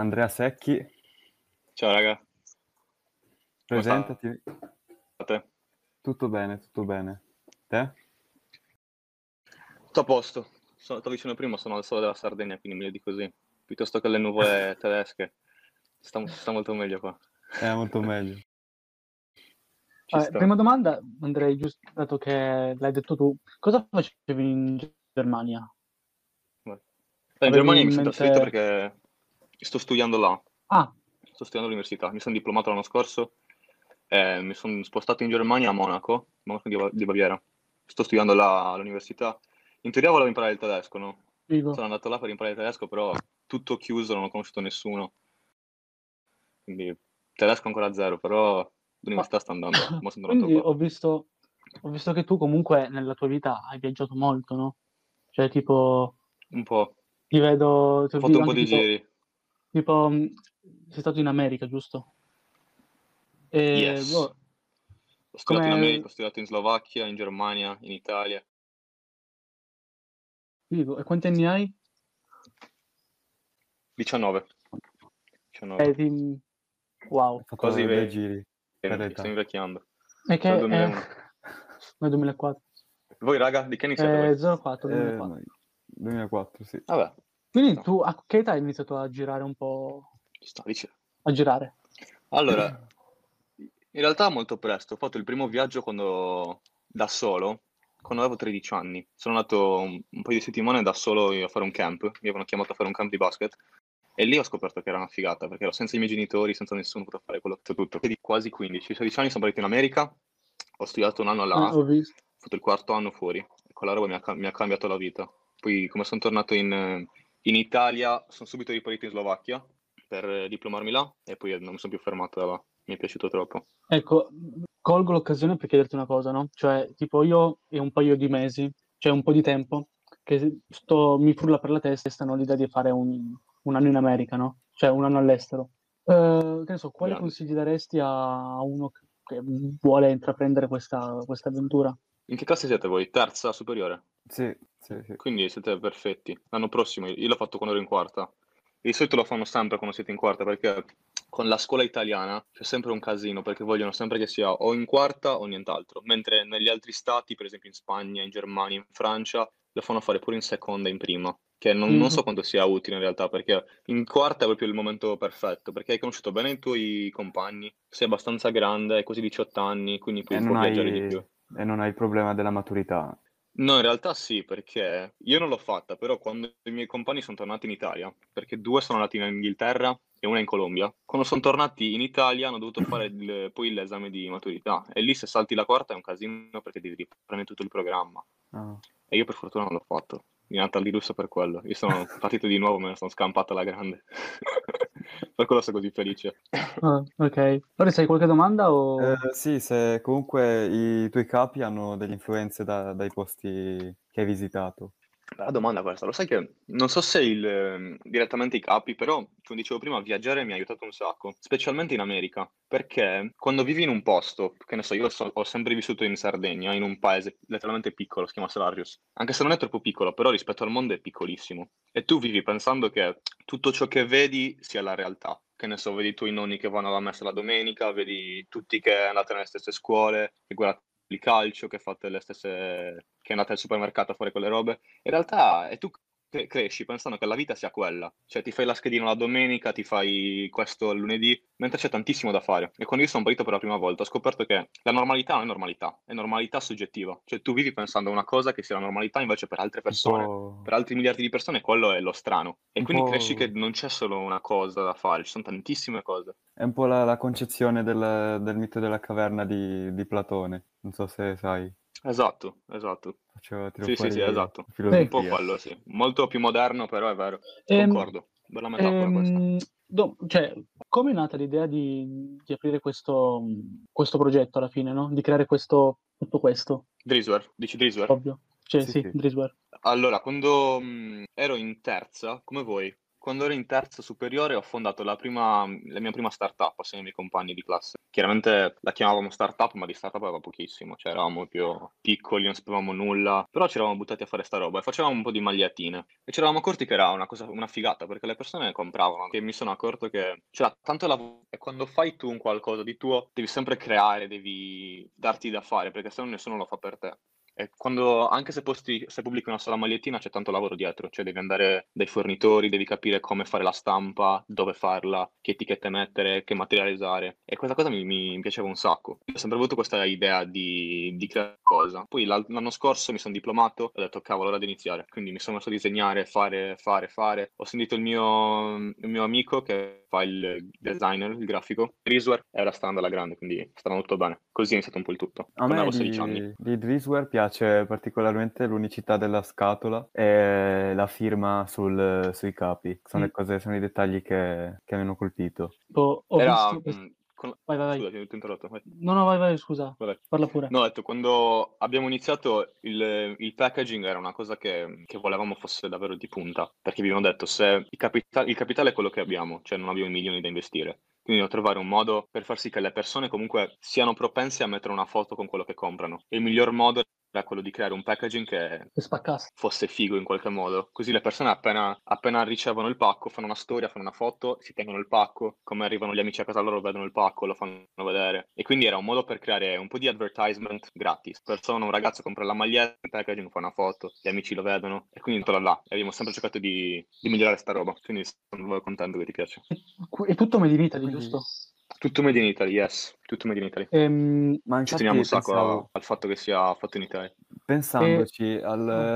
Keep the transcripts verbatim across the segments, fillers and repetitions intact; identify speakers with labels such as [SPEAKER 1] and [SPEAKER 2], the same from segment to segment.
[SPEAKER 1] Andrea Secchi.
[SPEAKER 2] Ciao raga. Come
[SPEAKER 1] Presentati.
[SPEAKER 2] state?
[SPEAKER 1] Tutto bene, tutto bene. Te?
[SPEAKER 2] Tutto a posto. Sono stato vicino prima, sono al sole della Sardegna, quindi meglio di così. Piuttosto che le nuvole tedesche. Sta, sta molto meglio qua.
[SPEAKER 1] È molto meglio.
[SPEAKER 2] Ci
[SPEAKER 3] Eh,
[SPEAKER 2] sta.
[SPEAKER 3] prima domanda, Andrei, giusto dato che l'hai detto tu, cosa facevi in Germania?
[SPEAKER 2] Vai. In
[SPEAKER 3] Avevi
[SPEAKER 2] Germania
[SPEAKER 3] in
[SPEAKER 2] mi sono
[SPEAKER 3] mente-
[SPEAKER 2] trasferito perché sto studiando là.
[SPEAKER 3] Ah,
[SPEAKER 2] Sto studiando all'università. Mi sono diplomato l'anno scorso. E mi sono spostato in Germania a Monaco, Monaco di, Ba- di Baviera. Sto studiando là all'università. In teoria volevo imparare il tedesco, no?
[SPEAKER 3] figo.
[SPEAKER 2] Sono andato là per imparare il tedesco, però tutto chiuso, non ho conosciuto nessuno. Quindi tedesco ancora zero, però l'università sta andando. Mo sono tornato
[SPEAKER 3] Quindi
[SPEAKER 2] qua.
[SPEAKER 3] ho visto, ho visto che tu comunque nella tua vita hai viaggiato molto, no? Cioè tipo,
[SPEAKER 2] Un po'.
[SPEAKER 3] ti vedo, ti
[SPEAKER 2] Ho
[SPEAKER 3] ho
[SPEAKER 2] fatto
[SPEAKER 3] visto
[SPEAKER 2] un po'
[SPEAKER 3] anche
[SPEAKER 2] di
[SPEAKER 3] tipo,
[SPEAKER 2] giri.
[SPEAKER 3] tipo, mh, sei stato in America, giusto? E,
[SPEAKER 2] Yes.
[SPEAKER 3] boh,
[SPEAKER 2] Ho studiato in
[SPEAKER 3] come-
[SPEAKER 2] America, ho studiato in Slovacchia, in Germania, in Italia.
[SPEAKER 3] figo. E quanti anni hai?
[SPEAKER 2] diciannove. diciannove.
[SPEAKER 3] Eh, ti- Wow.
[SPEAKER 1] Ho fatto
[SPEAKER 2] Quasi
[SPEAKER 1] bei
[SPEAKER 2] venti.
[SPEAKER 1] giri per
[SPEAKER 2] Sto
[SPEAKER 1] l'età.
[SPEAKER 2] invecchiando.
[SPEAKER 3] E che
[SPEAKER 2] Sono
[SPEAKER 3] è
[SPEAKER 2] il duemilauno.
[SPEAKER 3] nel duemilaquattro.
[SPEAKER 2] Voi raga, di che anni siete
[SPEAKER 3] Eh,
[SPEAKER 2] voi?
[SPEAKER 3] zero quattro,
[SPEAKER 1] Eh,
[SPEAKER 3] duemilaquattro.
[SPEAKER 1] noi- duemilaquattro, sì.
[SPEAKER 2] Vabbè,
[SPEAKER 3] Quindi
[SPEAKER 2] no,
[SPEAKER 3] tu a che età hai iniziato a girare un po'?
[SPEAKER 2] ci sta, dice.
[SPEAKER 3] A girare?
[SPEAKER 2] Allora, in realtà molto presto. Ho fatto il primo viaggio quando da solo, quando avevo tredici anni. Sono andato un, un paio di settimane da solo a fare un camp. Mi avevano chiamato a fare un camp di basket. E lì ho scoperto che era una figata, perché ero senza i miei genitori, senza nessuno, potevo fare quello che tutto. Di quasi quindici, sedici anni sono partito in America, ho studiato un anno
[SPEAKER 3] Eh,
[SPEAKER 2] là,
[SPEAKER 3] ho visto.
[SPEAKER 2] ho fatto il quarto anno fuori, e quella roba mi ha, ca- mi ha cambiato la vita. Poi, come sono tornato in, eh, in Italia, sono subito ripartito in Slovacchia per eh, diplomarmi là, e poi eh, non mi sono più fermato da là. Mi è piaciuto troppo.
[SPEAKER 3] Ecco, colgo l'occasione per chiederti una cosa, no? Cioè, tipo io è un paio di mesi, cioè un po' di tempo, che sto, mi frulla per la testa, no? L'idea di fare un, un anno in America, no? Cioè un anno all'estero. Eh, che ne so, quali
[SPEAKER 2] Grande.
[SPEAKER 3] consigli daresti a uno che che vuole intraprendere questa, questa avventura?
[SPEAKER 2] In che classe siete voi? Terza superiore?
[SPEAKER 1] Sì, sì, sì.
[SPEAKER 2] Quindi siete perfetti. L'anno prossimo, io l'ho fatto quando ero in quarta. Di solito lo fanno sempre quando siete in quarta, perché con la scuola italiana c'è sempre un casino, perché vogliono sempre che sia o in quarta o nient'altro. Mentre negli altri stati, per esempio in Spagna, in Germania, in Francia, lo fanno fare pure in seconda e in prima. Che non, non so
[SPEAKER 3] Figo.
[SPEAKER 2] quanto sia utile in realtà, perché in quarta è proprio il momento perfetto, perché hai conosciuto bene i tuoi compagni, sei abbastanza grande, hai quasi diciotto anni, quindi
[SPEAKER 1] E
[SPEAKER 2] puoi un
[SPEAKER 1] non
[SPEAKER 2] po'
[SPEAKER 1] hai,
[SPEAKER 2] viaggiare di più.
[SPEAKER 1] e non hai il problema della maturità.
[SPEAKER 2] No, in realtà sì, perché io non l'ho fatta, però quando i miei compagni sono tornati in Italia, perché due sono andati in Inghilterra e una in Colombia, quando sono tornati in Italia hanno dovuto fare il- poi l'esame di maturità e lì se salti la quarta è un casino perché devi riprendere tutto il programma
[SPEAKER 1] Ah.
[SPEAKER 2] e io per fortuna non l'ho fatto, mi è Natale di lusso per quello, io sono partito di nuovo, me ne sono scampato alla grande, per quello sono così felice.
[SPEAKER 3] Ah, ok. Ora hai qualche domanda o...
[SPEAKER 1] Eh, sì, se comunque i tuoi capi hanno delle influenze da- dai posti che hai visitato.
[SPEAKER 2] Bella domanda questa, lo sai che non so se il, ehm, direttamente i capi, però come dicevo prima, viaggiare mi ha aiutato un sacco, specialmente in America, perché quando vivi in un posto, che ne so, io so- ho sempre vissuto in Sardegna, in un paese letteralmente piccolo, si chiama Salargius, anche se non è troppo piccolo, però rispetto al mondo è piccolissimo, e tu vivi pensando che tutto ciò che vedi sia la realtà. Che ne so, vedi i tuoi nonni che vanno alla messa la domenica, vedi tutti che andate nelle stesse scuole, che guardate il calcio, che fate le stesse, che andate al supermercato a fare quelle robe. In realtà e tu cre- cresci pensando che la vita sia quella, cioè ti fai la schedina la domenica, ti fai questo il lunedì, mentre c'è tantissimo da fare. E quando io sono partito per la prima volta ho scoperto che la normalità non è normalità, è normalità soggettiva. Cioè tu vivi pensando a una cosa che sia la normalità, invece per altre
[SPEAKER 1] Un
[SPEAKER 2] persone,
[SPEAKER 1] po',
[SPEAKER 2] per altri miliardi di persone, quello è lo strano. E
[SPEAKER 1] un
[SPEAKER 2] quindi cresci che
[SPEAKER 1] po',
[SPEAKER 2] non c'è solo una cosa da fare, ci sono tantissime cose.
[SPEAKER 1] è un po' la, la concezione del, del mito della caverna di, di Platone. Non so se sai,
[SPEAKER 2] Esatto, esatto.
[SPEAKER 1] faccio, tiro
[SPEAKER 2] Sì, sì, sì,
[SPEAKER 1] fuori
[SPEAKER 2] esatto. Un
[SPEAKER 3] Sì.
[SPEAKER 2] po'
[SPEAKER 1] filosofia.
[SPEAKER 2] quello, sì. Molto più moderno, però è vero.
[SPEAKER 3] Ehm,
[SPEAKER 2] Concordo. Bella metafora questa.
[SPEAKER 3] ehm, do- cioè, come è nata l'idea di, di aprire questo, questo progetto alla fine, no? Di creare questo, tutto questo,
[SPEAKER 2] Drisware, dici Drisware?
[SPEAKER 3] ovvio. Cioè,
[SPEAKER 1] Sì,
[SPEAKER 3] sì,
[SPEAKER 1] sì.
[SPEAKER 3] Drisware.
[SPEAKER 2] Allora, quando mh, ero in terza, come voi, quando ero in terza superiore ho fondato la prima, la mia prima startup assieme ai miei compagni di classe. Chiaramente la chiamavamo startup, ma di startup aveva pochissimo, cioè eravamo più piccoli, non sapevamo nulla, però ci eravamo buttati a fare sta roba e facevamo un po' di magliettine. E ci eravamo accorti che era una cosa, una figata, perché le persone compravano, che mi sono accorto che c'era tanto lavoro e quando fai tu un qualcosa di tuo, devi sempre creare, devi darti da fare, perché se no nessuno lo fa per te. E quando, anche se, posti, se pubblichi una sola magliettina c'è tanto lavoro dietro, cioè devi andare dai fornitori, devi capire come fare la stampa, dove farla, che etichette mettere, che materiale usare. E questa cosa mi, mi piaceva un sacco. Ho sempre avuto questa idea di, di creare qualcosa. Poi l'al- l'anno scorso mi sono diplomato e ho detto cavolo, ora di iniziare. Quindi mi sono messo a disegnare, fare, fare, fare. Ho sentito il mio, il mio amico che fa il designer, il grafico, Risware, e ora sta andando alla grande, quindi sta andando tutto bene. Così è iniziato un po' il tutto.
[SPEAKER 1] A
[SPEAKER 2] Quando
[SPEAKER 1] me
[SPEAKER 2] avevo sedici anni.
[SPEAKER 1] di, di Drisware piace particolarmente l'unicità della scatola e la firma sul- sui capi. Sono
[SPEAKER 3] Mm.
[SPEAKER 1] le cose, sono i dettagli che, che mi hanno colpito.
[SPEAKER 3] Tipo, ho
[SPEAKER 2] Era...
[SPEAKER 3] visto...
[SPEAKER 2] mm, con-
[SPEAKER 3] Vai, vai, vai.
[SPEAKER 2] Scusa, ti ho interrotto. Vai.
[SPEAKER 3] No, no, vai, vai, scusa.
[SPEAKER 2] Vabbè.
[SPEAKER 3] Parla pure.
[SPEAKER 2] No, ho detto, quando abbiamo iniziato il, il packaging era una cosa che, che volevamo fosse davvero di punta, perché abbiamo detto se il, capita- il capitale è quello che abbiamo, cioè non abbiamo i milioni da investire, quindi devo trovare un modo per far sì che le persone comunque siano propense a mettere una foto con quello che comprano. E il miglior modo era quello di creare un packaging che
[SPEAKER 3] Per spaccarsi.
[SPEAKER 2] fosse figo in qualche modo, così le persone appena, appena ricevono il pacco fanno una storia, fanno una foto, si tengono il pacco, come arrivano gli amici a casa loro vedono il pacco, lo fanno vedere e quindi era un modo per creare un po' di advertisement gratis. Persona, un ragazzo compra la maglietta, il packaging fa una foto, gli amici lo vedono e quindi là là. E abbiamo sempre cercato di, di migliorare sta roba, quindi sono contento che ti piace.
[SPEAKER 3] È tutto made in Italy,
[SPEAKER 1] Quindi-
[SPEAKER 3] giusto?
[SPEAKER 2] Tutto made in Italy, yes, tutto made in Italy.
[SPEAKER 3] Ehm,
[SPEAKER 1] Ma
[SPEAKER 2] Ci teniamo un
[SPEAKER 1] infatti
[SPEAKER 2] sacco a-
[SPEAKER 1] pensavo,
[SPEAKER 2] al fatto che sia fatto in Italia.
[SPEAKER 1] pensandoci
[SPEAKER 3] e...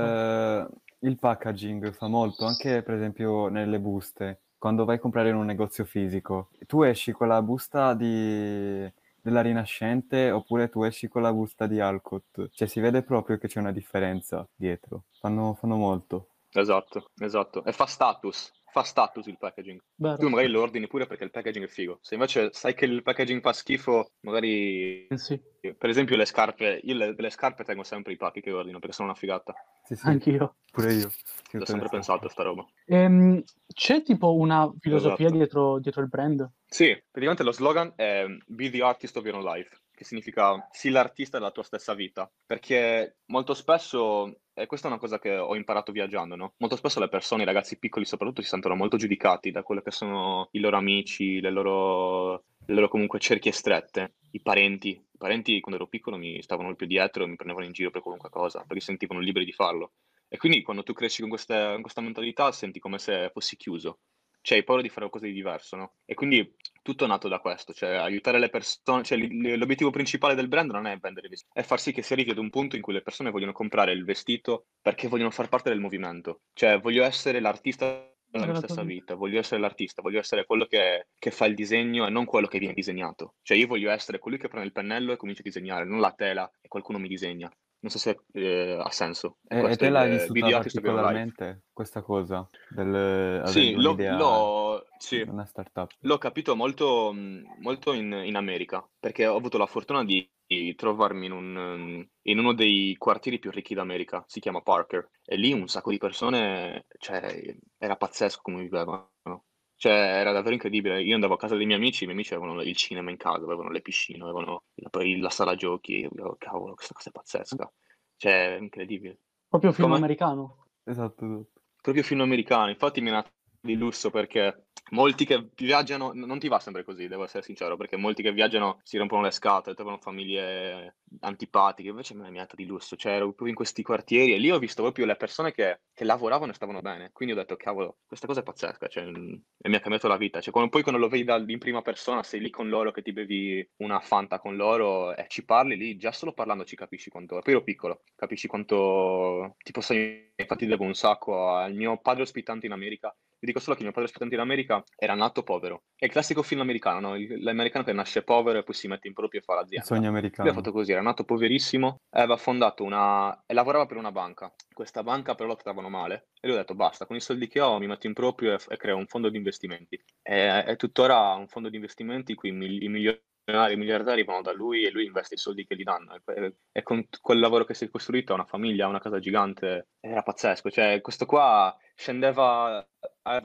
[SPEAKER 1] al il packaging fa molto, anche per esempio nelle buste. Quando vai a comprare in un negozio fisico, tu esci con la busta di... della Rinascente oppure tu esci con la busta di Alcott. Cioè si vede proprio che c'è una differenza dietro. Fanno, fanno molto.
[SPEAKER 2] Esatto, esatto. E fa status, fa status il packaging.
[SPEAKER 3] Vero.
[SPEAKER 2] Tu magari lo ordini pure perché il packaging è figo. Se invece sai che il packaging fa schifo, magari...
[SPEAKER 3] Eh sì,
[SPEAKER 2] Per esempio le scarpe, io le, le scarpe tengo sempre i pacchi che ordino perché sono una figata.
[SPEAKER 1] Sì, sì,
[SPEAKER 3] anch'io.
[SPEAKER 1] pure io. Sì,
[SPEAKER 2] L'ho
[SPEAKER 1] te ne
[SPEAKER 2] sempre
[SPEAKER 1] so.
[SPEAKER 2] pensato a sta roba.
[SPEAKER 3] Ehm, c'è tipo una filosofia
[SPEAKER 2] Esatto.
[SPEAKER 3] dietro, dietro il brand?
[SPEAKER 2] Sì, praticamente lo slogan è Be the artist of your own life, che significa sii l'artista della tua stessa vita, perché molto spesso, e questa è una cosa che ho imparato viaggiando, no? Molto spesso le persone, i ragazzi piccoli soprattutto, si sentono molto giudicati da quello che sono i loro amici, le loro, le loro comunque cerchie strette, i parenti. I parenti quando ero piccolo mi stavano più dietro e mi prendevano in giro per qualunque cosa, perché si sentivano liberi di farlo. E quindi quando tu cresci con queste- con questa mentalità senti come se fossi chiuso. Cioè, hai paura di fare qualcosa di diverso, no? E quindi tutto è nato da questo, cioè aiutare le persone, cioè l- l'obiettivo principale del brand non è vendere vestiti, è far sì che si arrivi ad un punto in cui le persone vogliono comprare il vestito perché vogliono far parte del movimento. Cioè, voglio essere l'artista della mia
[SPEAKER 3] Della tua
[SPEAKER 2] stessa
[SPEAKER 3] vita.
[SPEAKER 2] vita, voglio essere l'artista, voglio essere quello che, che fa il disegno e non quello che viene disegnato. Cioè, io voglio essere colui che prende il pennello e comincia a disegnare, non la tela e qualcuno mi disegna. Non so se eh, ha senso. E
[SPEAKER 1] E, e
[SPEAKER 2] questo è
[SPEAKER 1] te
[SPEAKER 2] il
[SPEAKER 1] l'hai
[SPEAKER 2] eh,
[SPEAKER 1] vissuta
[SPEAKER 2] Video Artist of Your Own Life.
[SPEAKER 1] particolarmente, questa cosa, del avere
[SPEAKER 2] Sì, l'ho,
[SPEAKER 1] un'idea,
[SPEAKER 2] l'ho- sì,
[SPEAKER 1] una startup?
[SPEAKER 2] l'ho capito molto, mh, molto in, in America, perché ho avuto la fortuna di, di trovarmi in, un, um, in uno dei quartieri più ricchi d'America, si chiama Parker, e lì un sacco di persone, cioè, era pazzesco come vivevano. Cioè, era davvero incredibile. Io andavo a casa dei miei amici, i miei amici avevano il cinema in casa, avevano le piscine, avevano la, poi la sala giochi, e io, cavolo, questa cosa è pazzesca. Cioè, è incredibile.
[SPEAKER 3] Proprio film
[SPEAKER 2] Come?
[SPEAKER 3] americano.
[SPEAKER 1] Esatto, esatto.
[SPEAKER 2] Proprio film americano, infatti mi è nato di lusso perché molti che viaggiano, n- non ti va sempre così, devo essere sincero, perché molti che viaggiano si rompono le scatole, trovano famiglie antipatiche, invece me mi è nato di lusso, cioè ero proprio in questi quartieri e lì ho visto proprio le persone che, che lavoravano e stavano bene, quindi ho detto cavolo, questa cosa è pazzesca, cioè, mm, e mi ha cambiato la vita, cioè quando, poi quando lo vedi da- in prima persona, sei lì con loro che ti bevi una Fanta con loro e ci parli lì, già solo parlando ci capisci quanto, poi ero piccolo, capisci quanto ti posso, infatti devo un sacco al mio padre ospitante in America. Vi dico solo che mio padre ospitante in America era nato povero. È il classico film americano, no? Il- L'americano che nasce povero e poi si mette in proprio e fa
[SPEAKER 1] Il
[SPEAKER 2] l'azienda.
[SPEAKER 1] sogno
[SPEAKER 2] Lui ha
[SPEAKER 1] americano.
[SPEAKER 2] fatto così, era nato poverissimo, aveva fondato una... e lavorava per una banca. Questa banca però lo trattavano male. E lui ha detto basta, con i soldi che ho mi metto in proprio e, e creo un fondo di investimenti. E, è tuttora un fondo di investimenti in cui i mil- i milioni i miliardari vanno da lui e lui investe i soldi che gli danno e, e- e con t- quel lavoro che si è costruito ha una famiglia, ha una casa gigante, era pazzesco, cioè questo qua scendeva, aveva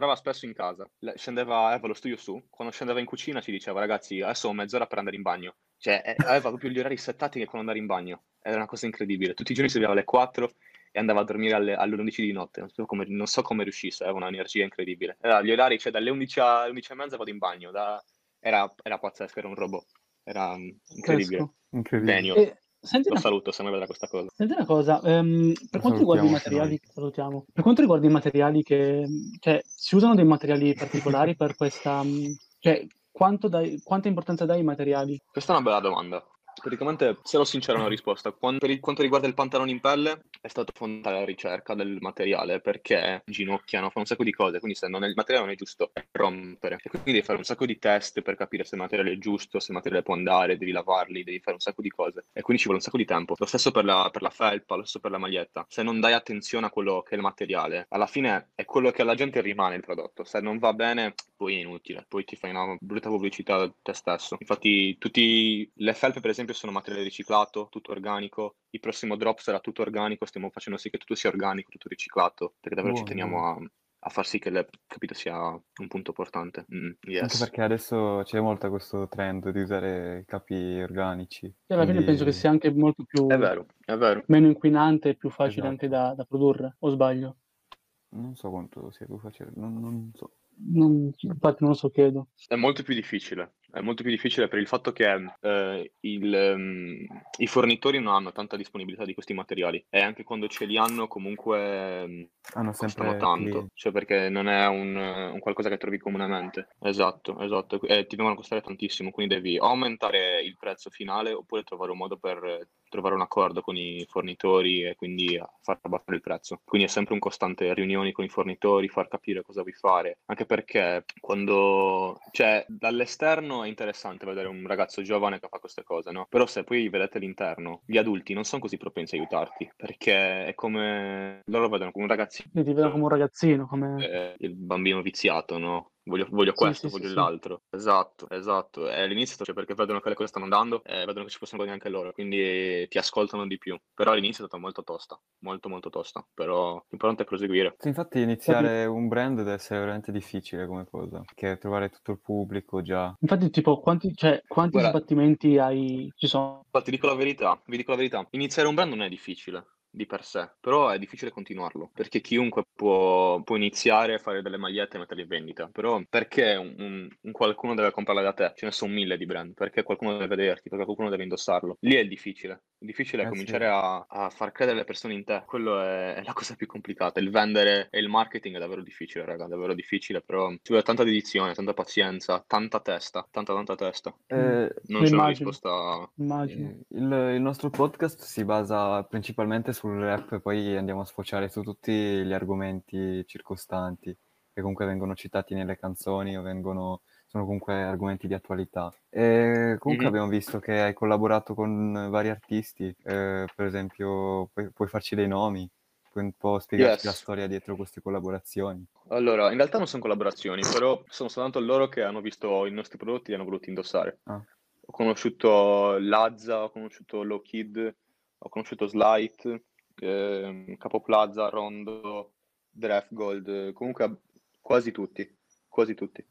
[SPEAKER 2] lavorava spesso in casa, Le- scendeva, aveva lo studio su, quando scendeva in cucina ci diceva ragazzi adesso ho mezz'ora per andare in bagno, cioè eh, aveva proprio gli orari settati che quando andare in bagno, era una cosa incredibile, tutti i giorni si svegliava alle quattro e andava a dormire alle, alle undici di notte, non so come, non so come riuscisse, aveva un'energia incredibile, era, gli orari, cioè dalle undici alle undici e mezza vado in bagno, da- era, era pazzesco, era un robot, era mm, incredibile.
[SPEAKER 3] Pazzesco.
[SPEAKER 1] Incredibile.
[SPEAKER 2] Benio,
[SPEAKER 3] E senti
[SPEAKER 2] lo
[SPEAKER 3] una,
[SPEAKER 2] saluto se mai vedrà questa cosa.
[SPEAKER 3] senti una cosa, ehm, per
[SPEAKER 1] Lo
[SPEAKER 3] quanto riguarda i
[SPEAKER 1] salutiamo anche noi.
[SPEAKER 3] materiali, salutiamo, per quanto riguarda i materiali che, cioè, si usano dei materiali particolari per questa, mh, cioè, quanto dai, quanta importanza dai ai materiali?
[SPEAKER 2] Questa è una bella domanda. Praticamente, sarò sincero nella risposta, Quan- per il- quanto riguarda il pantalone in pelle, è stato fondamentale la ricerca del materiale perché ginocchiano, fa un sacco di cose, quindi se non è, il materiale non è giusto, è rompere. E quindi devi fare un sacco di test per capire se il materiale è giusto, se il materiale può andare, devi lavarli, devi fare un sacco di cose. E quindi ci vuole un sacco di tempo. Lo stesso per la, per la felpa, lo stesso per la maglietta. Se non dai attenzione a quello che è il materiale, alla fine è quello che alla gente rimane il prodotto. Se non va bene, poi è inutile, poi ti fai una brutta pubblicità te stesso. Infatti, tutti le felpe, per esempio, sono materiale riciclato, tutto organico. Il prossimo drop sarà tutto organico, stiamo facendo sì che tutto sia organico, tutto riciclato, perché davvero ci
[SPEAKER 1] Buono,
[SPEAKER 2] teniamo
[SPEAKER 1] buono.
[SPEAKER 2] a, a far sì che il capito sia un punto importante. Mm,
[SPEAKER 1] Anche
[SPEAKER 2] yes.
[SPEAKER 1] perché adesso c'è molto questo trend di usare capi organici,
[SPEAKER 3] E alla fine penso che
[SPEAKER 1] quindi
[SPEAKER 3] sia anche molto più,
[SPEAKER 2] È vero, è vero.
[SPEAKER 3] meno inquinante e più facile anche
[SPEAKER 1] esatto.
[SPEAKER 3] da, da produrre, o sbaglio?
[SPEAKER 1] Non so quanto sia più facile, non, non so.
[SPEAKER 3] Non- infatti non lo so, chiedo.
[SPEAKER 2] È molto più difficile, è molto più difficile per il fatto che eh, il, ehm, i fornitori non hanno tanta disponibilità di questi materiali e anche quando ce li hanno comunque ehm,
[SPEAKER 1] Hanno
[SPEAKER 2] costano
[SPEAKER 1] sempre
[SPEAKER 2] tanto,
[SPEAKER 1] clienti.
[SPEAKER 2] cioè perché non è un, un qualcosa che trovi comunemente. Esatto, esatto, e ti vengono a costare tantissimo, quindi devi o aumentare il prezzo finale oppure trovare un modo per trovare un accordo con i fornitori e quindi far abbassare il prezzo. Quindi è sempre un costante riunioni con i fornitori, far capire cosa vuoi fare, anche perché quando, cioè, dall'esterno è interessante vedere un ragazzo giovane che fa queste cose, no? Però se poi vedete l'interno, gli adulti non sono così propensi a aiutarti, perché è come loro vedono come un ragazzino,
[SPEAKER 3] Quindi ti vedo come un ragazzino, come...
[SPEAKER 2] eh, il bambino viziato, no? Voglio, voglio
[SPEAKER 3] Sì,
[SPEAKER 2] questo,
[SPEAKER 3] sì, sì,
[SPEAKER 2] voglio
[SPEAKER 3] sì.
[SPEAKER 2] l'altro. Esatto, esatto. E all'inizio, cioè, perché vedono che le cose stanno andando e vedono che ci possono guadagnare anche loro, quindi ti ascoltano di più. Però all'inizio è stata molto tosta, molto molto tosta, però l'importante è proseguire.
[SPEAKER 1] Sì, infatti
[SPEAKER 3] Infatti,
[SPEAKER 1] iniziare un brand deve essere veramente difficile come cosa, perché trovare tutto il pubblico già.
[SPEAKER 3] infatti, tipo, quanti, cioè, quanti
[SPEAKER 2] Guarda,
[SPEAKER 3] sbattimenti hai, ci sono?
[SPEAKER 2] ma ti dico la verità, vi dico la verità, iniziare un brand non è difficile di per sé, però è difficile continuarlo, perché chiunque può, può iniziare a fare delle magliette e metterle in vendita, però perché un, un- un qualcuno deve comprarle da te? Ce ne sono mille di brand, perché qualcuno deve vederti, perché qualcuno deve indossarlo. Lì è il difficile, il difficile è
[SPEAKER 1] Eh sì.
[SPEAKER 2] cominciare a, a far credere le persone in te, quello è, è la cosa più complicata, il vendere e il marketing è davvero difficile, raga, davvero difficile, però ci vuole tanta dedizione, tanta pazienza, tanta testa, tanta tanta testa.
[SPEAKER 3] Mm,
[SPEAKER 1] Eh,
[SPEAKER 2] Non
[SPEAKER 3] lo
[SPEAKER 2] c'è una
[SPEAKER 3] immagino,
[SPEAKER 2] risposta.
[SPEAKER 3] immagino.
[SPEAKER 1] Eh, Il, il nostro podcast si basa principalmente sul rap e poi andiamo a sfociare su tutti gli argomenti circostanti che comunque vengono citati nelle canzoni o vengono, sono comunque argomenti di attualità. E comunque
[SPEAKER 2] Mhm.
[SPEAKER 1] abbiamo visto che hai collaborato con vari artisti, eh, per esempio puoi, puoi farci dei nomi, puoi un po' spiegarci la
[SPEAKER 2] Yes.
[SPEAKER 1] storia dietro queste collaborazioni.
[SPEAKER 2] Allora, in realtà non sono collaborazioni, però sono soltanto loro che hanno visto i nostri prodotti e li hanno voluti indossare.
[SPEAKER 1] Ah,
[SPEAKER 2] Ho conosciuto Lazza, ho conosciuto Low Kid, ho conosciuto Slight, ehm, Capo Plaza, Rondo, Draft Gold, comunque quasi tutti, quasi tutti.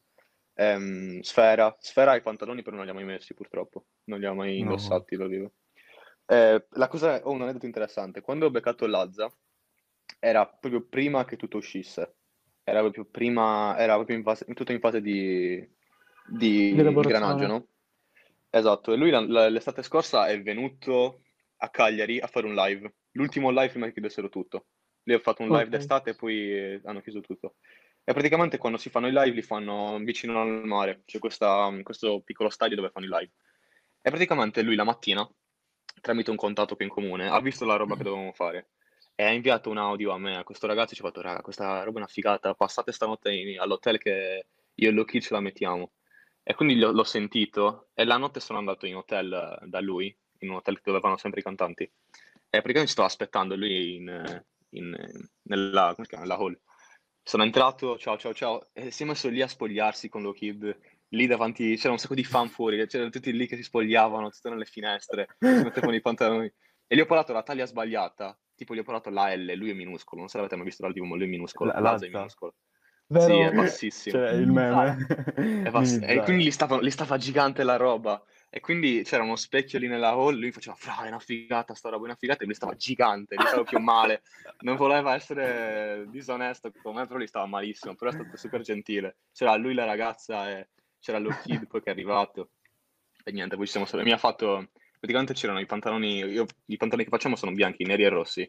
[SPEAKER 2] Ehm, Sfera, Sfera i pantaloni però non li ha mai messi purtroppo, non li ha mai
[SPEAKER 1] no.
[SPEAKER 2] indossati, lo dico. Eh, la cosa, ho un aneddoto interessante, quando ho beccato Lazza era proprio prima che tutto uscisse, era proprio prima, era proprio in fase, tutto in fase di,
[SPEAKER 3] Di
[SPEAKER 2] di ingranaggio,
[SPEAKER 3] elaborazione.
[SPEAKER 2] no? Esatto, e lui la- la- l'estate scorsa è venuto a Cagliari a fare un live, l'ultimo live prima che chiudessero tutto. Lui ha fatto un live
[SPEAKER 3] Ok.
[SPEAKER 2] d'estate e poi eh, hanno chiuso tutto. E praticamente quando si fanno i live li fanno vicino al mare, c'è questa- questo piccolo stadio dove fanno i live. E praticamente lui la mattina, tramite un contatto che in comune, ha visto la roba che dovevamo fare e ha inviato un audio a me, a questo ragazzo, e ci ha fatto, raga, questa roba è una figata, passate stanotte in- all'hotel che io e Loki ce la mettiamo. E quindi l'ho l'ho sentito e la notte sono andato in hotel eh, da lui, in un hotel dove vanno sempre i cantanti. E praticamente stavo aspettando lui in, in- nella, come si chiama? Nella hall. Sono entrato, ciao ciao ciao, e si è messo lì a spogliarsi con lo Kid. Lì davanti c'era un sacco di fan fuori, c'erano tutti lì che si spogliavano, tutti nelle finestre, si mettevano i pantaloni. E gli ho parlato la taglia sbagliata, tipo gli ho parlato la L, lui è minuscolo, non so se l'avete mai visto dal vivo, ma lui è minuscolo,
[SPEAKER 1] La-
[SPEAKER 2] Lazza è
[SPEAKER 1] Lazza?
[SPEAKER 2] minuscolo. Sì,
[SPEAKER 3] vero?
[SPEAKER 2] è bassissimo.
[SPEAKER 1] Cioè, il meme
[SPEAKER 2] È bass-
[SPEAKER 1] Mini
[SPEAKER 2] E quindi
[SPEAKER 1] Zara.
[SPEAKER 2] gli stava, gli stava gigante la roba. E quindi c'era uno specchio lì nella hall, lui faceva, fra, è una figata, sta roba è una figata, e lui stava gigante, gli stava più male. Non voleva essere disonesto con me, però gli stava malissimo, però è stato super gentile. C'era lui la ragazza e c'era lo kid poi che è arrivato. E niente, poi ci siamo salutati. Mi ha fatto, praticamente c'erano i pantaloni, io, i pantaloni che facciamo sono bianchi, neri e rossi.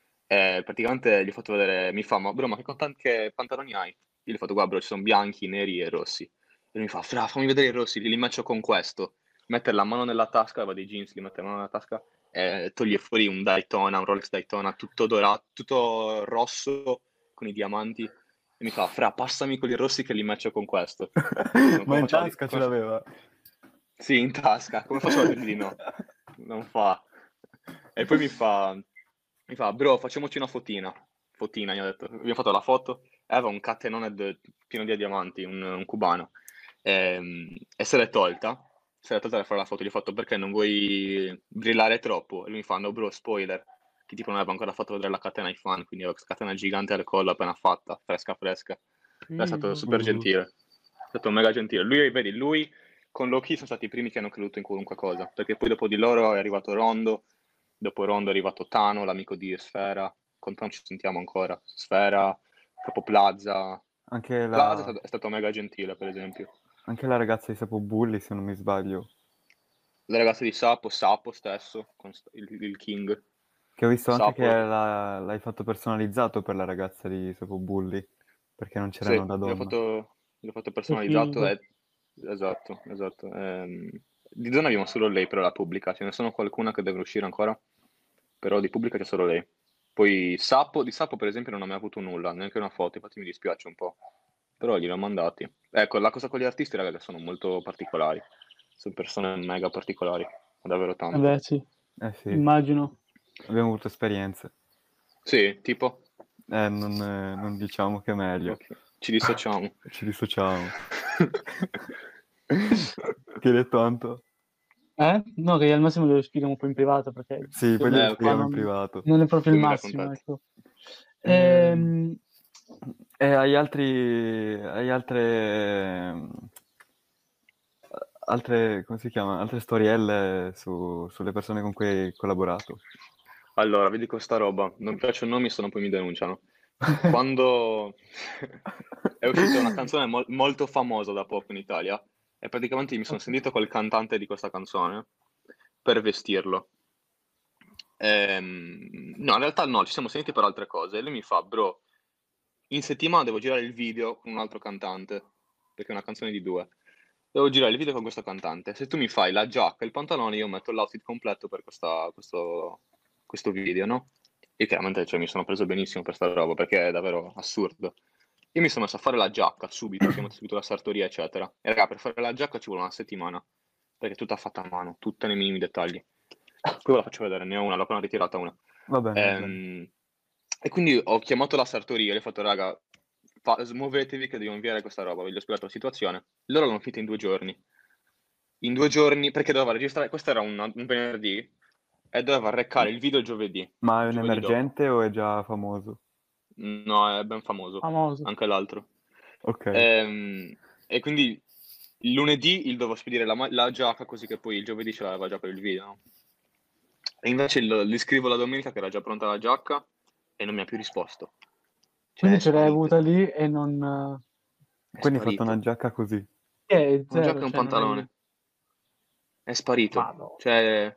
[SPEAKER 2] E praticamente gli ho fatto vedere, mi fa, ma bro, ma che, contan- che pantaloni hai? Io gli ho fatto, guarda bro, ci sono bianchi, neri e rossi. E lui mi fa, fra, fammi vedere i rossi, li matcho con questo. Mette la mano nella tasca, aveva dei jeans, li mette la mano nella tasca e toglie fuori un Daytona, un Rolex Daytona, tutto dorato, tutto rosso, con i diamanti. E mi fa, fra, passami quelli rossi che li matcho con questo. Non-
[SPEAKER 1] Ma
[SPEAKER 2] Come
[SPEAKER 1] in
[SPEAKER 2] faccio a di-
[SPEAKER 1] tasca ce
[SPEAKER 2] come fa-
[SPEAKER 1] l'aveva.
[SPEAKER 2] Sì, in tasca. Come faccio a dirgli di no? Non fa. E poi mi fa, mi fa, bro, facciamoci una fotina. Fotina, gli ho detto. Abbiamo fatto la foto. E aveva un catenone de- pieno di diamanti, un, un cubano. Ehm, E, se l'è tolta. Se l'è tolta da fare la foto. Gli ho fatto, perché non vuoi brillare troppo? E lui mi fa, no, bro, spoiler. Che tipo non aveva ancora fatto vedere la catena ai fan, quindi aveva questa catena gigante al collo appena fatta, fresca fresca. È stato
[SPEAKER 3] Figo.
[SPEAKER 2] super
[SPEAKER 1] Uh.
[SPEAKER 2] gentile. È stato mega gentile. Lui, vedi, lui con Loki sono stati i primi che hanno creduto in qualunque cosa, perché poi dopo di loro è arrivato Rondo, dopo Rondo è arrivato Tano, l'amico di Sfera, con Tano ci sentiamo ancora, Sfera, Capo Plaza.
[SPEAKER 1] Anche
[SPEAKER 2] Plaza è
[SPEAKER 1] la,
[SPEAKER 2] stato, è stato mega gentile, per esempio.
[SPEAKER 1] anche la ragazza di Sapo Bulli, se non mi sbaglio.
[SPEAKER 2] Le ragazze di Sapo, Sapo stesso, con il, il King.
[SPEAKER 1] Che ho visto anche che
[SPEAKER 2] Sapo,
[SPEAKER 1] la- l'hai fatto personalizzato per la ragazza di Sapo Bulli, perché non
[SPEAKER 2] sì,
[SPEAKER 1] c'erano da
[SPEAKER 2] l'ho
[SPEAKER 1] donna.
[SPEAKER 2] fatto, l'ho fatto
[SPEAKER 3] Che
[SPEAKER 2] personalizzato
[SPEAKER 3] figo.
[SPEAKER 2] e... Esatto, esatto. Ehm, di zona abbiamo solo lei, però la pubblica, ce ne sono qualcuna che deve uscire ancora, però di pubblica c'è solo lei. Poi Sappo, di Sappo per esempio non ho mai avuto nulla, neanche una foto, infatti mi dispiace un po', però gliel'ho mandati. Ecco, la cosa con gli artisti, ragazzi, sono molto particolari, sono persone mega particolari, davvero tanto.
[SPEAKER 3] Vabbè, sì,
[SPEAKER 1] Eh sì,
[SPEAKER 3] immagino.
[SPEAKER 1] abbiamo avuto esperienze.
[SPEAKER 2] Sì, tipo?
[SPEAKER 1] Eh, non, eh, non diciamo che è meglio.
[SPEAKER 2] Ok, ci dissociamo.
[SPEAKER 1] Ci dissociamo. Che hai detto, Anto?
[SPEAKER 3] Eh? No, che al massimo lo spieghiamo un po' in privato, perché
[SPEAKER 1] Sì, poi glielo
[SPEAKER 2] Eh,
[SPEAKER 3] qua
[SPEAKER 2] ok,
[SPEAKER 1] spieghiamo in
[SPEAKER 3] non,
[SPEAKER 1] privato.
[SPEAKER 3] non è proprio il
[SPEAKER 2] poi mi
[SPEAKER 3] massimo,
[SPEAKER 2] raccontate.
[SPEAKER 3] ecco.
[SPEAKER 1] Ehm,
[SPEAKER 3] Ehm,
[SPEAKER 1] E hai altri, hai altre, altre, come si chiama? Altre storielle su- sulle persone con cui hai collaborato?
[SPEAKER 2] Allora, vedi questa roba, non piacciono nomi, se no poi mi denunciano. Quando è uscita una canzone mol- molto famosa da poco in Italia e praticamente mi sono
[SPEAKER 3] ok.
[SPEAKER 2] sentito col cantante di questa canzone per vestirlo. Ehm, no, in realtà no, ci siamo sentiti per altre cose e lui mi fa, bro, in settimana devo girare il video con un altro cantante, perché è una canzone di due. Devo girare il video con questo cantante. Se tu mi fai la giacca e il pantalone, io metto l'outfit completo per questa- questo, questo video, no? E chiaramente cioè, mi sono preso benissimo per sta roba, perché è davvero assurdo. Io mi sono messo a fare la giacca subito, ho chiamato subito la sartoria, eccetera. E raga, per fare la giacca ci vuole una settimana, perché è tutta fatta a mano, tutta nei minimi dettagli. Poi ve la faccio vedere, ne ho una, l'ho appena ritirata una.
[SPEAKER 1] Va bene, va bene.
[SPEAKER 2] Ehm, e quindi ho chiamato la sartoria, gli ho fatto, raga, fa- smuovetevi che devo inviare questa roba, vi ho spiegato la situazione. Loro l'hanno finita in due giorni. In due giorni, perché doveva registrare, questo era un, un venerdì, e doveva recare il video il giovedì,
[SPEAKER 1] Ma è un
[SPEAKER 2] giovedì dopo.
[SPEAKER 1] emergente o è già famoso?
[SPEAKER 2] No, è ben famoso,
[SPEAKER 3] Famoso.
[SPEAKER 2] anche l'altro.
[SPEAKER 1] Ok.
[SPEAKER 2] Ehm, e quindi il lunedì il dovevo spedire la, ma- la giacca, così che poi il giovedì ce l'aveva già per il video, no? E invece il- gli scrivo la domenica che era già pronta la giacca e non mi ha più risposto. Cioè,
[SPEAKER 3] Quindi
[SPEAKER 2] è
[SPEAKER 3] ce l'hai avuta
[SPEAKER 2] sparito.
[SPEAKER 3] lì e non...
[SPEAKER 2] È
[SPEAKER 1] Quindi hai fatto una
[SPEAKER 2] sparito.
[SPEAKER 1] giacca così.
[SPEAKER 3] È
[SPEAKER 2] Una giacca
[SPEAKER 3] zero,
[SPEAKER 2] e un
[SPEAKER 3] cioè non hai...
[SPEAKER 2] pantalone. È sparito.
[SPEAKER 3] Vado.
[SPEAKER 2] Cioè,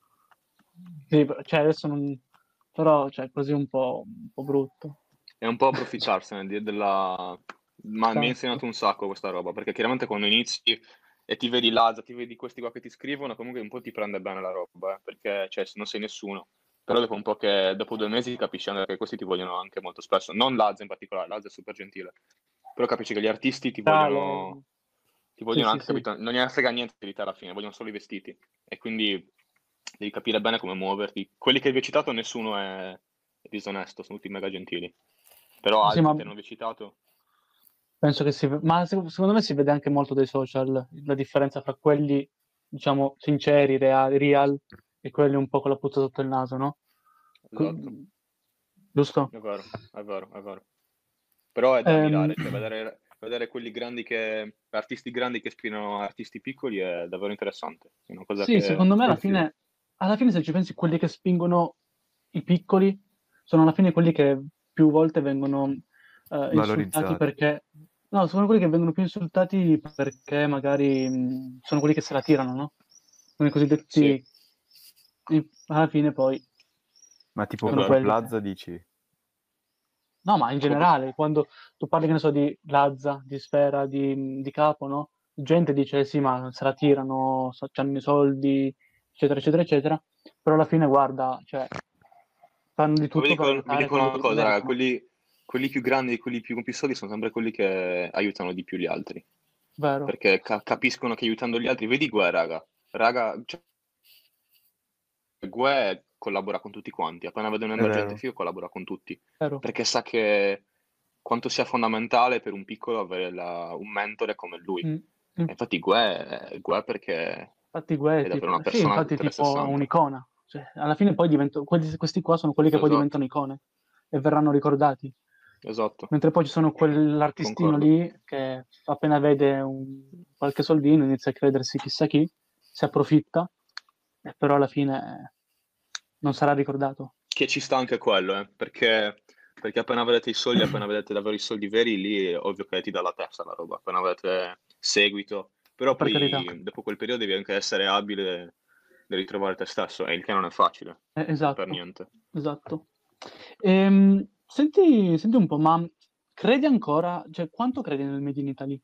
[SPEAKER 3] Sì, cioè adesso non... Però, cioè, così un po', un po' brutto.
[SPEAKER 2] è un po' approfittarsene di- della... Ma mi ha
[SPEAKER 3] Esatto.
[SPEAKER 2] insegnato un sacco questa roba, perché chiaramente quando inizi e ti vedi Lazza, ti vedi questi qua che ti scrivono, comunque un po' ti prende bene la roba, eh, perché cioè, non sei nessuno. Però dopo un po' che, dopo due mesi capisci anche che questi ti vogliono anche molto spesso. Non Lazza in particolare, Lazza è super gentile. Però capisci che gli artisti ti
[SPEAKER 3] Tale.
[SPEAKER 2] vogliono, ti
[SPEAKER 3] Sì,
[SPEAKER 2] vogliono
[SPEAKER 3] sì,
[SPEAKER 2] anche,
[SPEAKER 3] sì.
[SPEAKER 2] capito? Non gliene frega niente di te alla fine, vogliono solo i vestiti. E quindi devi capire bene come muoverti. Quelli che vi ho citato, nessuno è, è disonesto, sono tutti mega gentili. Però
[SPEAKER 3] Sì,
[SPEAKER 2] altri
[SPEAKER 3] ma
[SPEAKER 2] che non vi ho citato,
[SPEAKER 3] penso che si... Ma se- secondo me si vede anche molto dai social, la differenza fra quelli, diciamo, sinceri, reali, real, e quelli un po' con la puzza sotto il naso, no?
[SPEAKER 2] esatto,
[SPEAKER 3] Que- Giusto?
[SPEAKER 2] è vero, è vero, è vero. Però è da
[SPEAKER 3] Ehm,
[SPEAKER 2] ammirare, cioè vedere, vedere quelli grandi che, artisti grandi che ispirano artisti piccoli è davvero interessante. È una cosa
[SPEAKER 3] sì,
[SPEAKER 2] che,
[SPEAKER 3] secondo me alla
[SPEAKER 1] Sì, sì,
[SPEAKER 3] fine, alla fine se ci pensi, quelli che spingono i piccoli sono alla fine quelli che più volte vengono eh, insultati
[SPEAKER 1] valorizzati.
[SPEAKER 3] perché, no, sono quelli che vengono più insultati perché magari mh, sono quelli che se la tirano, no? Sono i
[SPEAKER 2] sì,
[SPEAKER 3] cosiddetti, i- alla fine poi
[SPEAKER 1] Ma tipo
[SPEAKER 2] è
[SPEAKER 3] sono
[SPEAKER 2] vero.
[SPEAKER 1] proprio
[SPEAKER 3] quelli che...
[SPEAKER 1] Lazza dici?
[SPEAKER 3] No, ma in
[SPEAKER 2] Come-
[SPEAKER 3] generale, quando tu parli, che ne so, di Lazza, di Sfera, di, di Capo, no? Gente dice, "Eh sì, ma se la tirano, so- c'hanno i soldi, eccetera, eccetera, eccetera." Però alla fine, guarda, cioè, fanno di
[SPEAKER 2] Ma vi
[SPEAKER 3] tutto per
[SPEAKER 2] dico, vi
[SPEAKER 3] aiutare
[SPEAKER 2] dico
[SPEAKER 3] quelli
[SPEAKER 2] una
[SPEAKER 3] che
[SPEAKER 2] cosa, raga,
[SPEAKER 3] meritano.
[SPEAKER 2] quelli, quelli più grandi e quelli più con più soldi sono sempre quelli che aiutano di più gli altri.
[SPEAKER 3] Vero?
[SPEAKER 2] Perché ca- capiscono che aiutando gli altri, vedi Gue, raga, raga, cioè, Gue collabora con tutti quanti, appena vede un
[SPEAKER 1] È
[SPEAKER 2] emergente
[SPEAKER 1] vero.
[SPEAKER 2] figo collabora con tutti,
[SPEAKER 3] Vero?
[SPEAKER 2] perché sa che quanto sia fondamentale per un piccolo avere la- un mentore come lui.
[SPEAKER 3] Mm, mm.
[SPEAKER 2] E infatti Gue, Gue perché
[SPEAKER 3] Infatti, Gue è
[SPEAKER 2] è davvero
[SPEAKER 3] tipo,
[SPEAKER 2] una
[SPEAKER 3] sì,
[SPEAKER 2] persona
[SPEAKER 3] infatti, è tipo
[SPEAKER 2] trecentosessanta.
[SPEAKER 3] un'icona. Cioè, alla fine poi divento, quelli- questi qua sono quelli che poi
[SPEAKER 2] Esatto,
[SPEAKER 3] diventano icone e verranno ricordati.
[SPEAKER 2] esatto,
[SPEAKER 3] Mentre poi ci sono quell'artistino
[SPEAKER 2] concordo.
[SPEAKER 3] lì che appena vede un, qualche soldino inizia a credersi chissà chi, si approfitta, e però alla fine non sarà ricordato.
[SPEAKER 2] Che ci sta anche quello, eh, perché, perché appena vedete i soldi, appena vedete davvero i soldi veri, lì è ovvio che ti dà la testa la roba, appena vedete seguito, però
[SPEAKER 3] Per carità.
[SPEAKER 2] poi dopo quel periodo devi anche essere abile nel ritrovare te stesso, e il che non è facile,
[SPEAKER 3] Eh,
[SPEAKER 2] per
[SPEAKER 3] esatto,
[SPEAKER 2] niente.
[SPEAKER 3] esatto. Ehm, senti, senti un po', ma credi ancora, cioè quanto credi nel Made in Italy?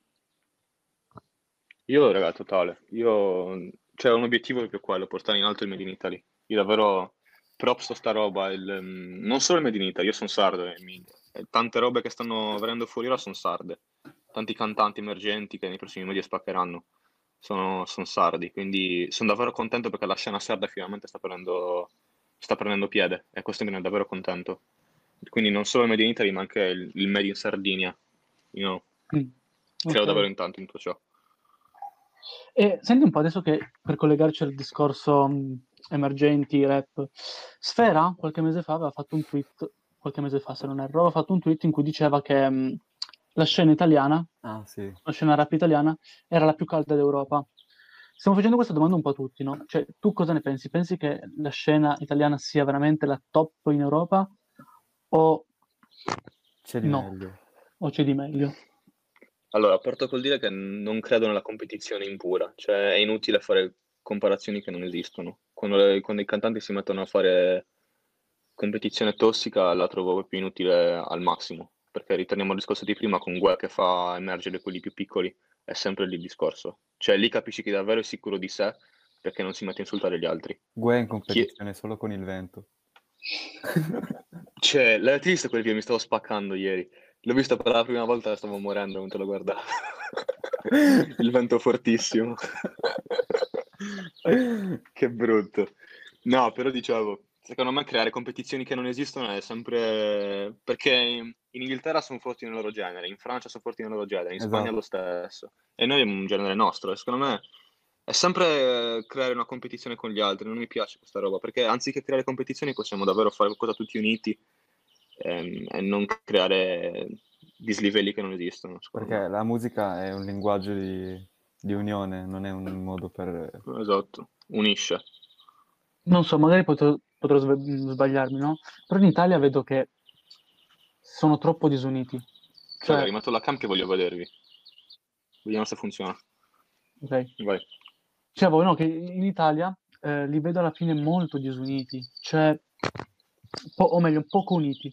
[SPEAKER 2] Io, raga, totale, io, cioè, un obiettivo è proprio quello, portare in alto il Made in Italy. Io davvero props a sta roba, il, mm, non solo il Made in Italy, io sono sardo e, mi- e tante robe che stanno venendo fuori ora sono sarde. Tanti cantanti emergenti che nei prossimi mesi spaccheranno sono, sono sardi, quindi sono davvero contento perché la scena sarda finalmente sta prendendo, sta prendendo piede e questo mi rende davvero contento. Quindi non solo il Made in Italy, ma anche il, il Made in Sardinia. You know,
[SPEAKER 3] Mm,
[SPEAKER 2] credo
[SPEAKER 3] ok.
[SPEAKER 2] davvero in tanto in tutto ciò.
[SPEAKER 3] E senti un po' adesso che per collegarci al discorso mh, emergenti, rap, Sfera qualche mese fa aveva fatto un tweet, qualche mese fa se non erro, aveva fatto un tweet in cui diceva che mh, la scena italiana,
[SPEAKER 1] Ah, sì.
[SPEAKER 3] la scena rap italiana, era la più calda d'Europa. Stiamo facendo questa domanda un po' a tutti, no? Cioè, tu cosa ne pensi? Pensi che la scena italiana sia veramente la top in Europa o
[SPEAKER 1] C'è di
[SPEAKER 3] no?
[SPEAKER 1] meglio.
[SPEAKER 3] O c'è di meglio?
[SPEAKER 2] Allora, parto col dire che non credo nella competizione impura, cioè è inutile fare comparazioni che non esistono. Quando, le- quando i cantanti si mettono a fare competizione tossica la trovo proprio inutile al massimo, perché ritorniamo al discorso di prima con Gue che fa emergere quelli più piccoli, è sempre lì il discorso. Cioè lì capisci che davvero è sicuro di sé perché non si mette a insultare gli altri.
[SPEAKER 1] Gue è in
[SPEAKER 2] Chi...
[SPEAKER 1] competizione solo con il vento.
[SPEAKER 2] Cioè, l'hai visto quel video? Mi stavo spaccando ieri. L'ho visto per la prima volta e stavo morendo mentre lo guardavo. Il vento fortissimo. Che brutto. No, però dicevo, secondo me creare competizioni che non esistono è sempre... Perché in in Inghilterra sono forti nel loro genere, in Francia sono forti nel loro genere, in Spagna
[SPEAKER 1] Esatto.
[SPEAKER 2] lo stesso. E noi abbiamo un genere nostro. E secondo me è sempre eh, creare una competizione con gli altri. Non mi piace questa roba, perché anziché creare competizioni possiamo davvero fare qualcosa tutti uniti ehm, e non creare dislivelli che non esistono, secondo
[SPEAKER 1] Perché
[SPEAKER 2] me.
[SPEAKER 1] la musica è un linguaggio di, di unione, non è un modo per...
[SPEAKER 2] Esatto, unisce.
[SPEAKER 3] Non so, magari potrò, potrò sb- sbagliarmi, no? Però in Italia vedo che sono troppo disuniti.
[SPEAKER 2] Raga,
[SPEAKER 3] Cioè,
[SPEAKER 2] rimetto la cam che voglio vedervi. Vediamo se funziona.
[SPEAKER 3] ok.
[SPEAKER 2] Vai.
[SPEAKER 3] Dicevo, no, che in Italia eh, li vedo alla fine molto disuniti, cioè, po- o meglio, poco uniti.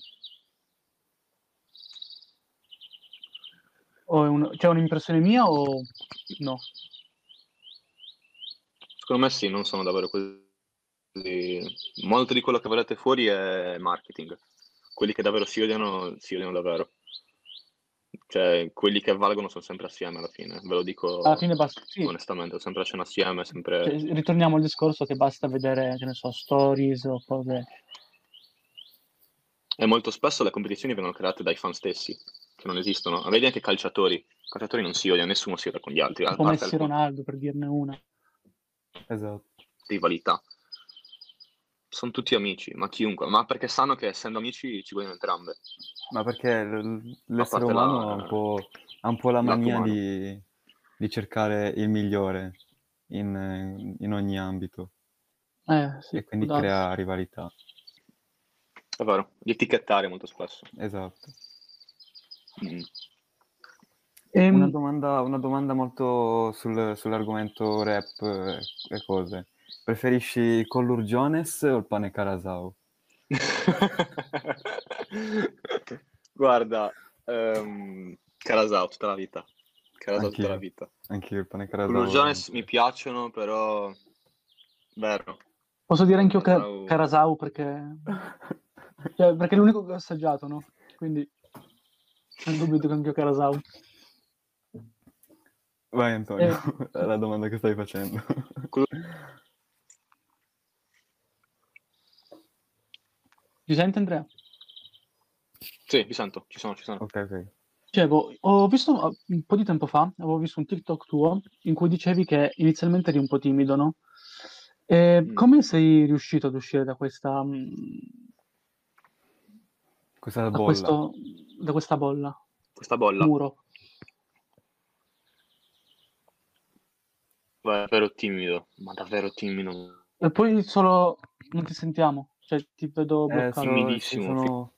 [SPEAKER 3] O è un- c'è un'impressione mia o no?
[SPEAKER 2] Secondo me sì, non sono davvero così. Molto di quello che vedete fuori è marketing. Quelli che davvero si odiano, si odiano davvero. Cioè, quelli che valgono sono sempre assieme alla fine, ve lo
[SPEAKER 3] Alla
[SPEAKER 2] dico
[SPEAKER 3] fine basta, sì,
[SPEAKER 2] onestamente, sempre a cena assieme,
[SPEAKER 3] cioè,
[SPEAKER 2] sempre...
[SPEAKER 3] ritorniamo al discorso che basta vedere, che ne so, stories o cose,
[SPEAKER 2] E molto spesso le competizioni vengono create dai fan stessi, che non esistono. Vedi anche i calciatori. I calciatori non si odiano, nessuno si odia con gli altri, a
[SPEAKER 3] tipo
[SPEAKER 2] parte
[SPEAKER 3] Messi e
[SPEAKER 2] alcune
[SPEAKER 3] Ronaldo, per dirne una.
[SPEAKER 1] Esatto.
[SPEAKER 2] rivalità. sono tutti amici, ma chiunque, ma perché sanno che essendo amici ci vogliono entrambe.
[SPEAKER 1] Ma perché l-
[SPEAKER 2] A
[SPEAKER 1] l'essere
[SPEAKER 2] parte
[SPEAKER 1] umano ha un
[SPEAKER 2] la,
[SPEAKER 1] po', ha un po' la
[SPEAKER 2] il lato
[SPEAKER 1] mania
[SPEAKER 2] umano.
[SPEAKER 1] di, di cercare il migliore in, in ogni ambito
[SPEAKER 3] Eh, sì,
[SPEAKER 1] e
[SPEAKER 3] può
[SPEAKER 1] quindi
[SPEAKER 3] darsi.
[SPEAKER 1] crea rivalità.
[SPEAKER 2] È vero, di etichettare molto spesso.
[SPEAKER 1] Esatto.
[SPEAKER 2] Mm.
[SPEAKER 1] Una
[SPEAKER 3] Ehm,
[SPEAKER 1] domanda, una domanda molto sul- sull'argomento rap e, e cose. Preferisci Collur Jones o il pane Carasau?
[SPEAKER 2] Guarda, ehm, Carasau tutta la vita. Carasau tutta la
[SPEAKER 1] Anch'io,
[SPEAKER 2] vita.
[SPEAKER 1] anch'io il pane
[SPEAKER 2] Con
[SPEAKER 1] Carasau
[SPEAKER 2] Jones mi
[SPEAKER 1] veramente.
[SPEAKER 2] piacciono, però vero.
[SPEAKER 3] Posso dire anch'io Ca-
[SPEAKER 2] Carasau.
[SPEAKER 3] Carasau perché... cioè, perché è l'unico che ho assaggiato, no? Quindi non dubito che anch'io Carasau.
[SPEAKER 1] Vai Antonio,
[SPEAKER 3] Eh,
[SPEAKER 1] è la domanda che stai facendo.
[SPEAKER 2] Cosa-
[SPEAKER 3] Ti senti, Andrea?
[SPEAKER 2] Sì, mi sento, ci sono, ci sono.
[SPEAKER 1] Ok, ok.
[SPEAKER 3] Dicevo, ho visto uh, un po' di tempo fa, avevo visto un TikTok tuo in cui dicevi che inizialmente eri un po' timido, no? E
[SPEAKER 2] Mm.
[SPEAKER 3] come sei riuscito ad uscire da questa, mm,
[SPEAKER 1] Questa
[SPEAKER 3] da
[SPEAKER 1] bolla.
[SPEAKER 3] questo, da questa bolla,
[SPEAKER 2] Questa bolla.
[SPEAKER 3] muro?
[SPEAKER 2] Beh, davvero timido, ma davvero timido.
[SPEAKER 3] E poi solo non ti sentiamo, cioè ti vedo
[SPEAKER 1] Eh,
[SPEAKER 3] bloccato.
[SPEAKER 1] so, sì,
[SPEAKER 2] Timidissimo. fi-
[SPEAKER 1] sono...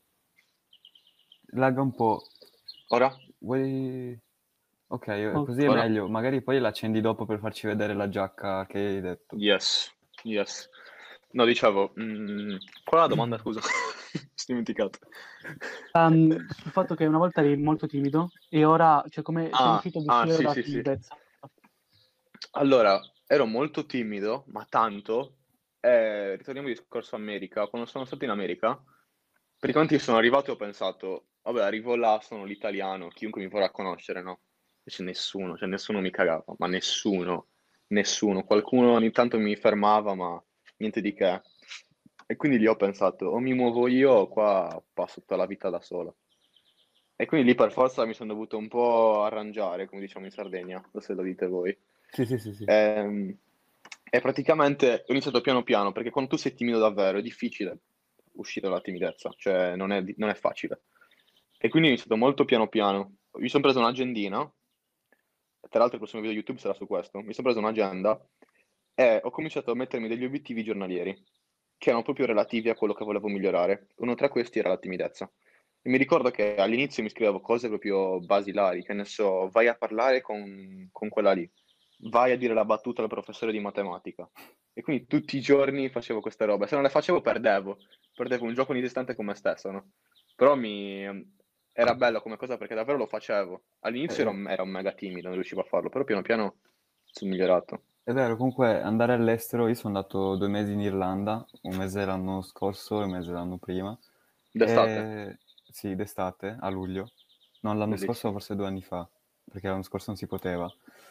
[SPEAKER 1] Lagga un po'.
[SPEAKER 2] Ora?
[SPEAKER 1] Vuoi... Ok, eh,
[SPEAKER 3] Oh,
[SPEAKER 1] così è
[SPEAKER 2] Ora?
[SPEAKER 1] meglio. Magari poi l'accendi dopo per farci vedere la giacca che hai detto.
[SPEAKER 2] Yes, yes. No, dicevo, mm, qual è la domanda, scusa? Mi sono dimenticato.
[SPEAKER 3] um, sul fatto che una volta eri molto timido e ora, cioè, come sei
[SPEAKER 2] Ah,
[SPEAKER 3] riuscito ad
[SPEAKER 2] ah,
[SPEAKER 3] uscire
[SPEAKER 2] sì,
[SPEAKER 3] dalla
[SPEAKER 2] sì, sì.
[SPEAKER 3] timidezza?
[SPEAKER 2] Allora, ero molto timido, ma tanto. Eh, ritorniamo al discorso America. Quando sono stato in America, praticamente io sono arrivato e ho pensato, vabbè, arrivo là, sono l'italiano, chiunque mi vorrà conoscere, no? Invece nessuno, cioè nessuno mi cagava, ma nessuno, nessuno. Qualcuno ogni tanto mi fermava, ma niente di che. E quindi lì ho pensato, o mi muovo io, o qua passo tutta la vita da solo. E quindi lì per forza mi sono dovuto un po' arrangiare, come diciamo in Sardegna, non so se lo dite voi.
[SPEAKER 1] Sì, sì, sì, sì.
[SPEAKER 2] Ehm, E, praticamente ho iniziato piano piano, perché quando tu sei timido davvero è difficile uscire dalla timidezza, cioè non è, non è facile. E quindi ho iniziato molto piano piano. Mi sono preso un'agendina, tra l'altro il prossimo video YouTube sarà su questo, mi sono preso un'agenda e ho cominciato a mettermi degli obiettivi giornalieri, che erano proprio relativi a quello che volevo migliorare. Uno tra questi era la timidezza. E mi ricordo che all'inizio mi scrivevo cose proprio basilari, che ne so, vai a parlare con, con quella lì, vai a dire la battuta al professore di matematica. E quindi tutti i giorni facevo queste robe. Se non le facevo perdevo, perdevo un gioco inesistente con me stesso, no? Però mi... era bello come cosa perché davvero lo facevo. All'inizio
[SPEAKER 1] Eh,
[SPEAKER 2] ero, ero mega timido, non riuscivo a farlo, però piano piano sono migliorato.
[SPEAKER 1] È vero, comunque andare all'estero, io sono andato due mesi in Irlanda, un mese l'anno scorso e un mese l'anno prima.
[SPEAKER 2] D'estate,
[SPEAKER 1] E sì, d'estate, a luglio. No, l'anno scorso
[SPEAKER 2] bellissimo.
[SPEAKER 1] forse due anni fa, perché l'anno scorso non si poteva.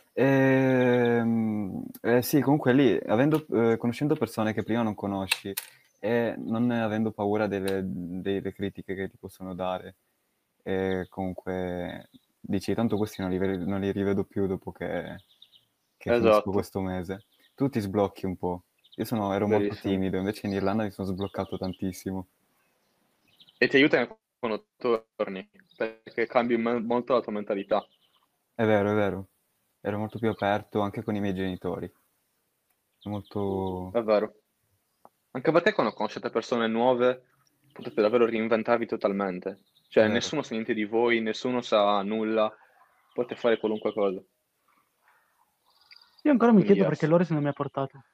[SPEAKER 1] E, eh, sì, comunque lì, avendo, eh, conoscendo persone che prima non conosci e non avendo paura delle, delle critiche che ti possono dare, e comunque dici, tanto questi non li, ve- non li rivedo più dopo che, che finisco
[SPEAKER 2] Esatto,
[SPEAKER 1] questo mese. Tu ti sblocchi un po'. Io sono, ero molto
[SPEAKER 2] verissimo.
[SPEAKER 1] timido, invece in Irlanda mi sono sbloccato tantissimo.
[SPEAKER 2] E ti aiuta quando torni, perché cambi me- molto la tua mentalità.
[SPEAKER 1] È vero, è vero. Ero molto più aperto anche con i miei genitori. Molto...
[SPEAKER 2] È vero. Anche perché quando conoscete persone nuove potete davvero reinventarvi totalmente.
[SPEAKER 1] È
[SPEAKER 2] Cioè,
[SPEAKER 1] vero.
[SPEAKER 2] nessuno sa niente di voi, nessuno sa nulla, potete fare qualunque cosa.
[SPEAKER 3] Io ancora mi
[SPEAKER 2] Quindi,
[SPEAKER 3] chiedo perché
[SPEAKER 2] yes.
[SPEAKER 3] Loris non mi ha portato.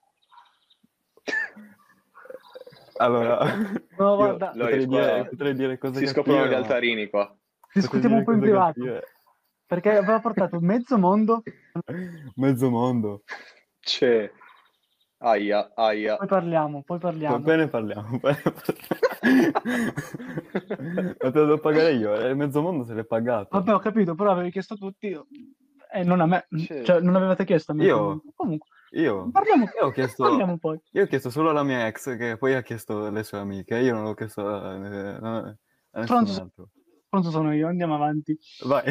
[SPEAKER 1] Allora,
[SPEAKER 3] No,
[SPEAKER 2] Io,
[SPEAKER 3] guarda,
[SPEAKER 2] Loris,
[SPEAKER 1] potrei dire,
[SPEAKER 2] qua
[SPEAKER 1] potrei dire cose
[SPEAKER 2] si scoprono
[SPEAKER 1] cattive,
[SPEAKER 2] gli
[SPEAKER 1] ma...
[SPEAKER 2] altarini qua.
[SPEAKER 1] Potrei
[SPEAKER 3] discutiamo un
[SPEAKER 1] dire
[SPEAKER 3] po' in
[SPEAKER 1] cose
[SPEAKER 3] privato,
[SPEAKER 1] cattive.
[SPEAKER 3] perché aveva portato mezzo mondo,
[SPEAKER 1] Mezzo mondo.
[SPEAKER 2] C'è... Aia, aia.
[SPEAKER 3] poi parliamo, poi
[SPEAKER 1] Poi,
[SPEAKER 3] parliamo.
[SPEAKER 1] poi ne parliamo. Poi ne parliamo. Ma te lo devo pagare io, eh, mezzo mondo se l'è pagato.
[SPEAKER 3] Vabbè, ho capito, però avevi chiesto a tutti e non a me,
[SPEAKER 2] C'è...
[SPEAKER 3] cioè non avevate chiesto a me
[SPEAKER 1] Io,
[SPEAKER 3] finalmente. Comunque,
[SPEAKER 1] io,
[SPEAKER 3] parliamo,
[SPEAKER 1] io ho chiesto,
[SPEAKER 3] parliamo poi.
[SPEAKER 1] io ho chiesto solo alla mia ex, che poi ha chiesto alle sue amiche. Io non l'ho chiesto a, a- a nessun
[SPEAKER 3] Pronto,
[SPEAKER 1] altro.
[SPEAKER 3] pronto sono io, andiamo avanti.
[SPEAKER 1] Vai.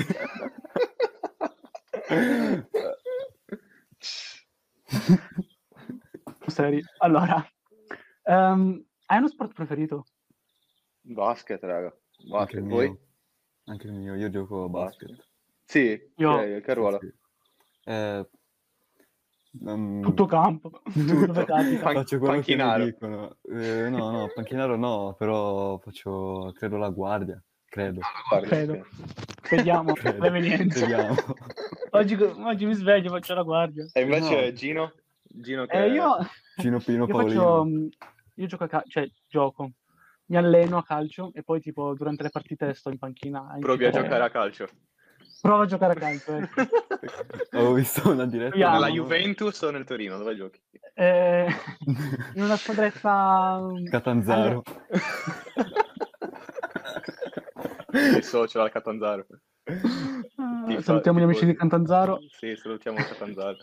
[SPEAKER 3] Seri. Allora, Um, hai uno sport preferito?
[SPEAKER 2] Basket, raga.
[SPEAKER 1] Anche
[SPEAKER 2] Basket.
[SPEAKER 1] il
[SPEAKER 2] Voi?
[SPEAKER 1] mio. Anche il mio, io gioco a basket.
[SPEAKER 2] Basket. Sì,
[SPEAKER 3] Io
[SPEAKER 2] che, che
[SPEAKER 1] Sì,
[SPEAKER 2] ruolo?
[SPEAKER 1] sì. Eh, mm,
[SPEAKER 3] tutto campo, dove
[SPEAKER 2] Tutto.
[SPEAKER 3] capita.
[SPEAKER 2] Pan-
[SPEAKER 1] faccio quello che mi
[SPEAKER 2] panchinaro.
[SPEAKER 1] dicono. Eh, no, no, panchinaro no, però faccio, credo, la guardia. Credo,
[SPEAKER 2] Guarda,
[SPEAKER 3] Credo.
[SPEAKER 2] ok.
[SPEAKER 3] Vediamo,
[SPEAKER 1] credo.
[SPEAKER 3] l'evenienza.
[SPEAKER 1] Vediamo.
[SPEAKER 3] Oggi, oggi mi sveglio, faccio la guardia.
[SPEAKER 2] E invece
[SPEAKER 1] No.
[SPEAKER 2] Gino? Gino che...
[SPEAKER 3] Eh, io,
[SPEAKER 1] Cino Pino
[SPEAKER 3] io
[SPEAKER 1] Paolino.
[SPEAKER 3] faccio, mm, io gioco a calcio, cioè gioco, mi alleno a calcio e poi tipo durante le partite sto in panchina. a
[SPEAKER 2] provi a
[SPEAKER 3] incitare-
[SPEAKER 2] giocare a calcio.
[SPEAKER 3] Provo a giocare a calcio, ecco.
[SPEAKER 1] Avevo visto una diretta.
[SPEAKER 3] Proviamo.
[SPEAKER 2] Nella
[SPEAKER 1] no, no.
[SPEAKER 2] Juventus o nel Torino? Dove giochi?
[SPEAKER 3] Eh, in una squadretta mm,
[SPEAKER 1] Catanzaro.
[SPEAKER 2] Mi dissocio al Catanzaro.
[SPEAKER 3] Ah,
[SPEAKER 2] Tifa-
[SPEAKER 3] salutiamo gli amici
[SPEAKER 2] tifosi.
[SPEAKER 3] di Catanzaro.
[SPEAKER 2] Sì, salutiamo il Catanzaro.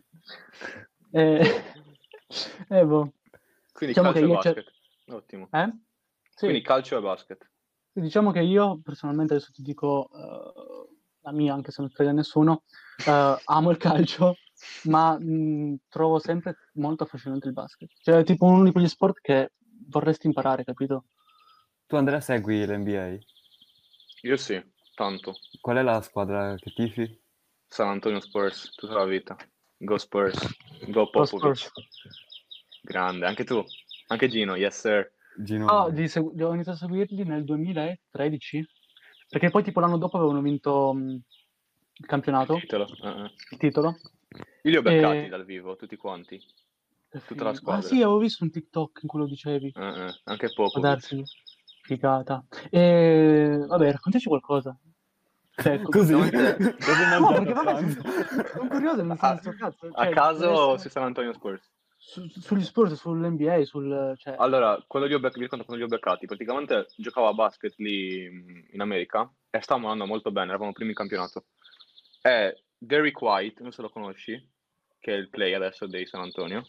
[SPEAKER 3] Eh, eh, boh.
[SPEAKER 2] Quindi
[SPEAKER 3] Diciamo
[SPEAKER 2] calcio
[SPEAKER 3] che
[SPEAKER 2] e
[SPEAKER 3] io c'è-
[SPEAKER 2] basket. Ottimo.
[SPEAKER 3] Eh? Sì.
[SPEAKER 2] Quindi calcio e basket.
[SPEAKER 3] Diciamo che io personalmente, adesso ti dico eh, la mia, anche se non frega a nessuno, eh, amo il calcio, ma mh, trovo sempre molto affascinante il basket. Cioè, è tipo uno di quegli sport che vorresti imparare, capito?
[SPEAKER 1] Tu, Andrea, segui l'N B A?
[SPEAKER 2] Io sì, tanto.
[SPEAKER 1] Qual è la squadra che tifi?
[SPEAKER 2] San Antonio Spurs, tutta la vita. Go Spurs. Go
[SPEAKER 3] Lo
[SPEAKER 2] Popovic.
[SPEAKER 3] Spurs.
[SPEAKER 2] Grande. Anche tu. Anche Gino, yes sir.
[SPEAKER 1] Gino.
[SPEAKER 3] Ah, di segu- ho iniziato a seguirli nel duemilatredici, perché poi tipo l'anno dopo avevano vinto mh, il campionato,
[SPEAKER 2] Titolo. Uh-uh.
[SPEAKER 3] il titolo.
[SPEAKER 2] Io li ho beccati
[SPEAKER 3] E-
[SPEAKER 2] dal vivo, tutti quanti.
[SPEAKER 3] Che
[SPEAKER 2] Tutta la
[SPEAKER 3] figo.
[SPEAKER 2] squadra.
[SPEAKER 3] Ah sì, avevo visto un TikTok in cui lo dicevi.
[SPEAKER 2] Uh-uh. Anche
[SPEAKER 3] Può
[SPEAKER 2] Popovic.
[SPEAKER 3] darsi. Figata. E vabbè, raccontaci qualcosa. Cioè, co-
[SPEAKER 1] Così?
[SPEAKER 2] praticamente-
[SPEAKER 1] Cosa hai
[SPEAKER 3] No,
[SPEAKER 1] mangiato
[SPEAKER 3] perché
[SPEAKER 1] a
[SPEAKER 3] vabbè,
[SPEAKER 1] pranzo?
[SPEAKER 3] sono, sono curioso, nel
[SPEAKER 2] A,
[SPEAKER 3] senso, cazzo.
[SPEAKER 2] a
[SPEAKER 3] Cioè,
[SPEAKER 2] caso
[SPEAKER 3] adesso-
[SPEAKER 2] su San Antonio Spurs?
[SPEAKER 3] su- sugli Spurs, sull'N B A, sul... Cioè,
[SPEAKER 2] Allora, quello li ho bec- mi ricordo quando li ho beccati, praticamente giocavo a basket lì mh, in America e stavamo andando molto bene, eravamo primi in campionato. E Derrick White, non se lo conosci, che è il play adesso dei San Antonio,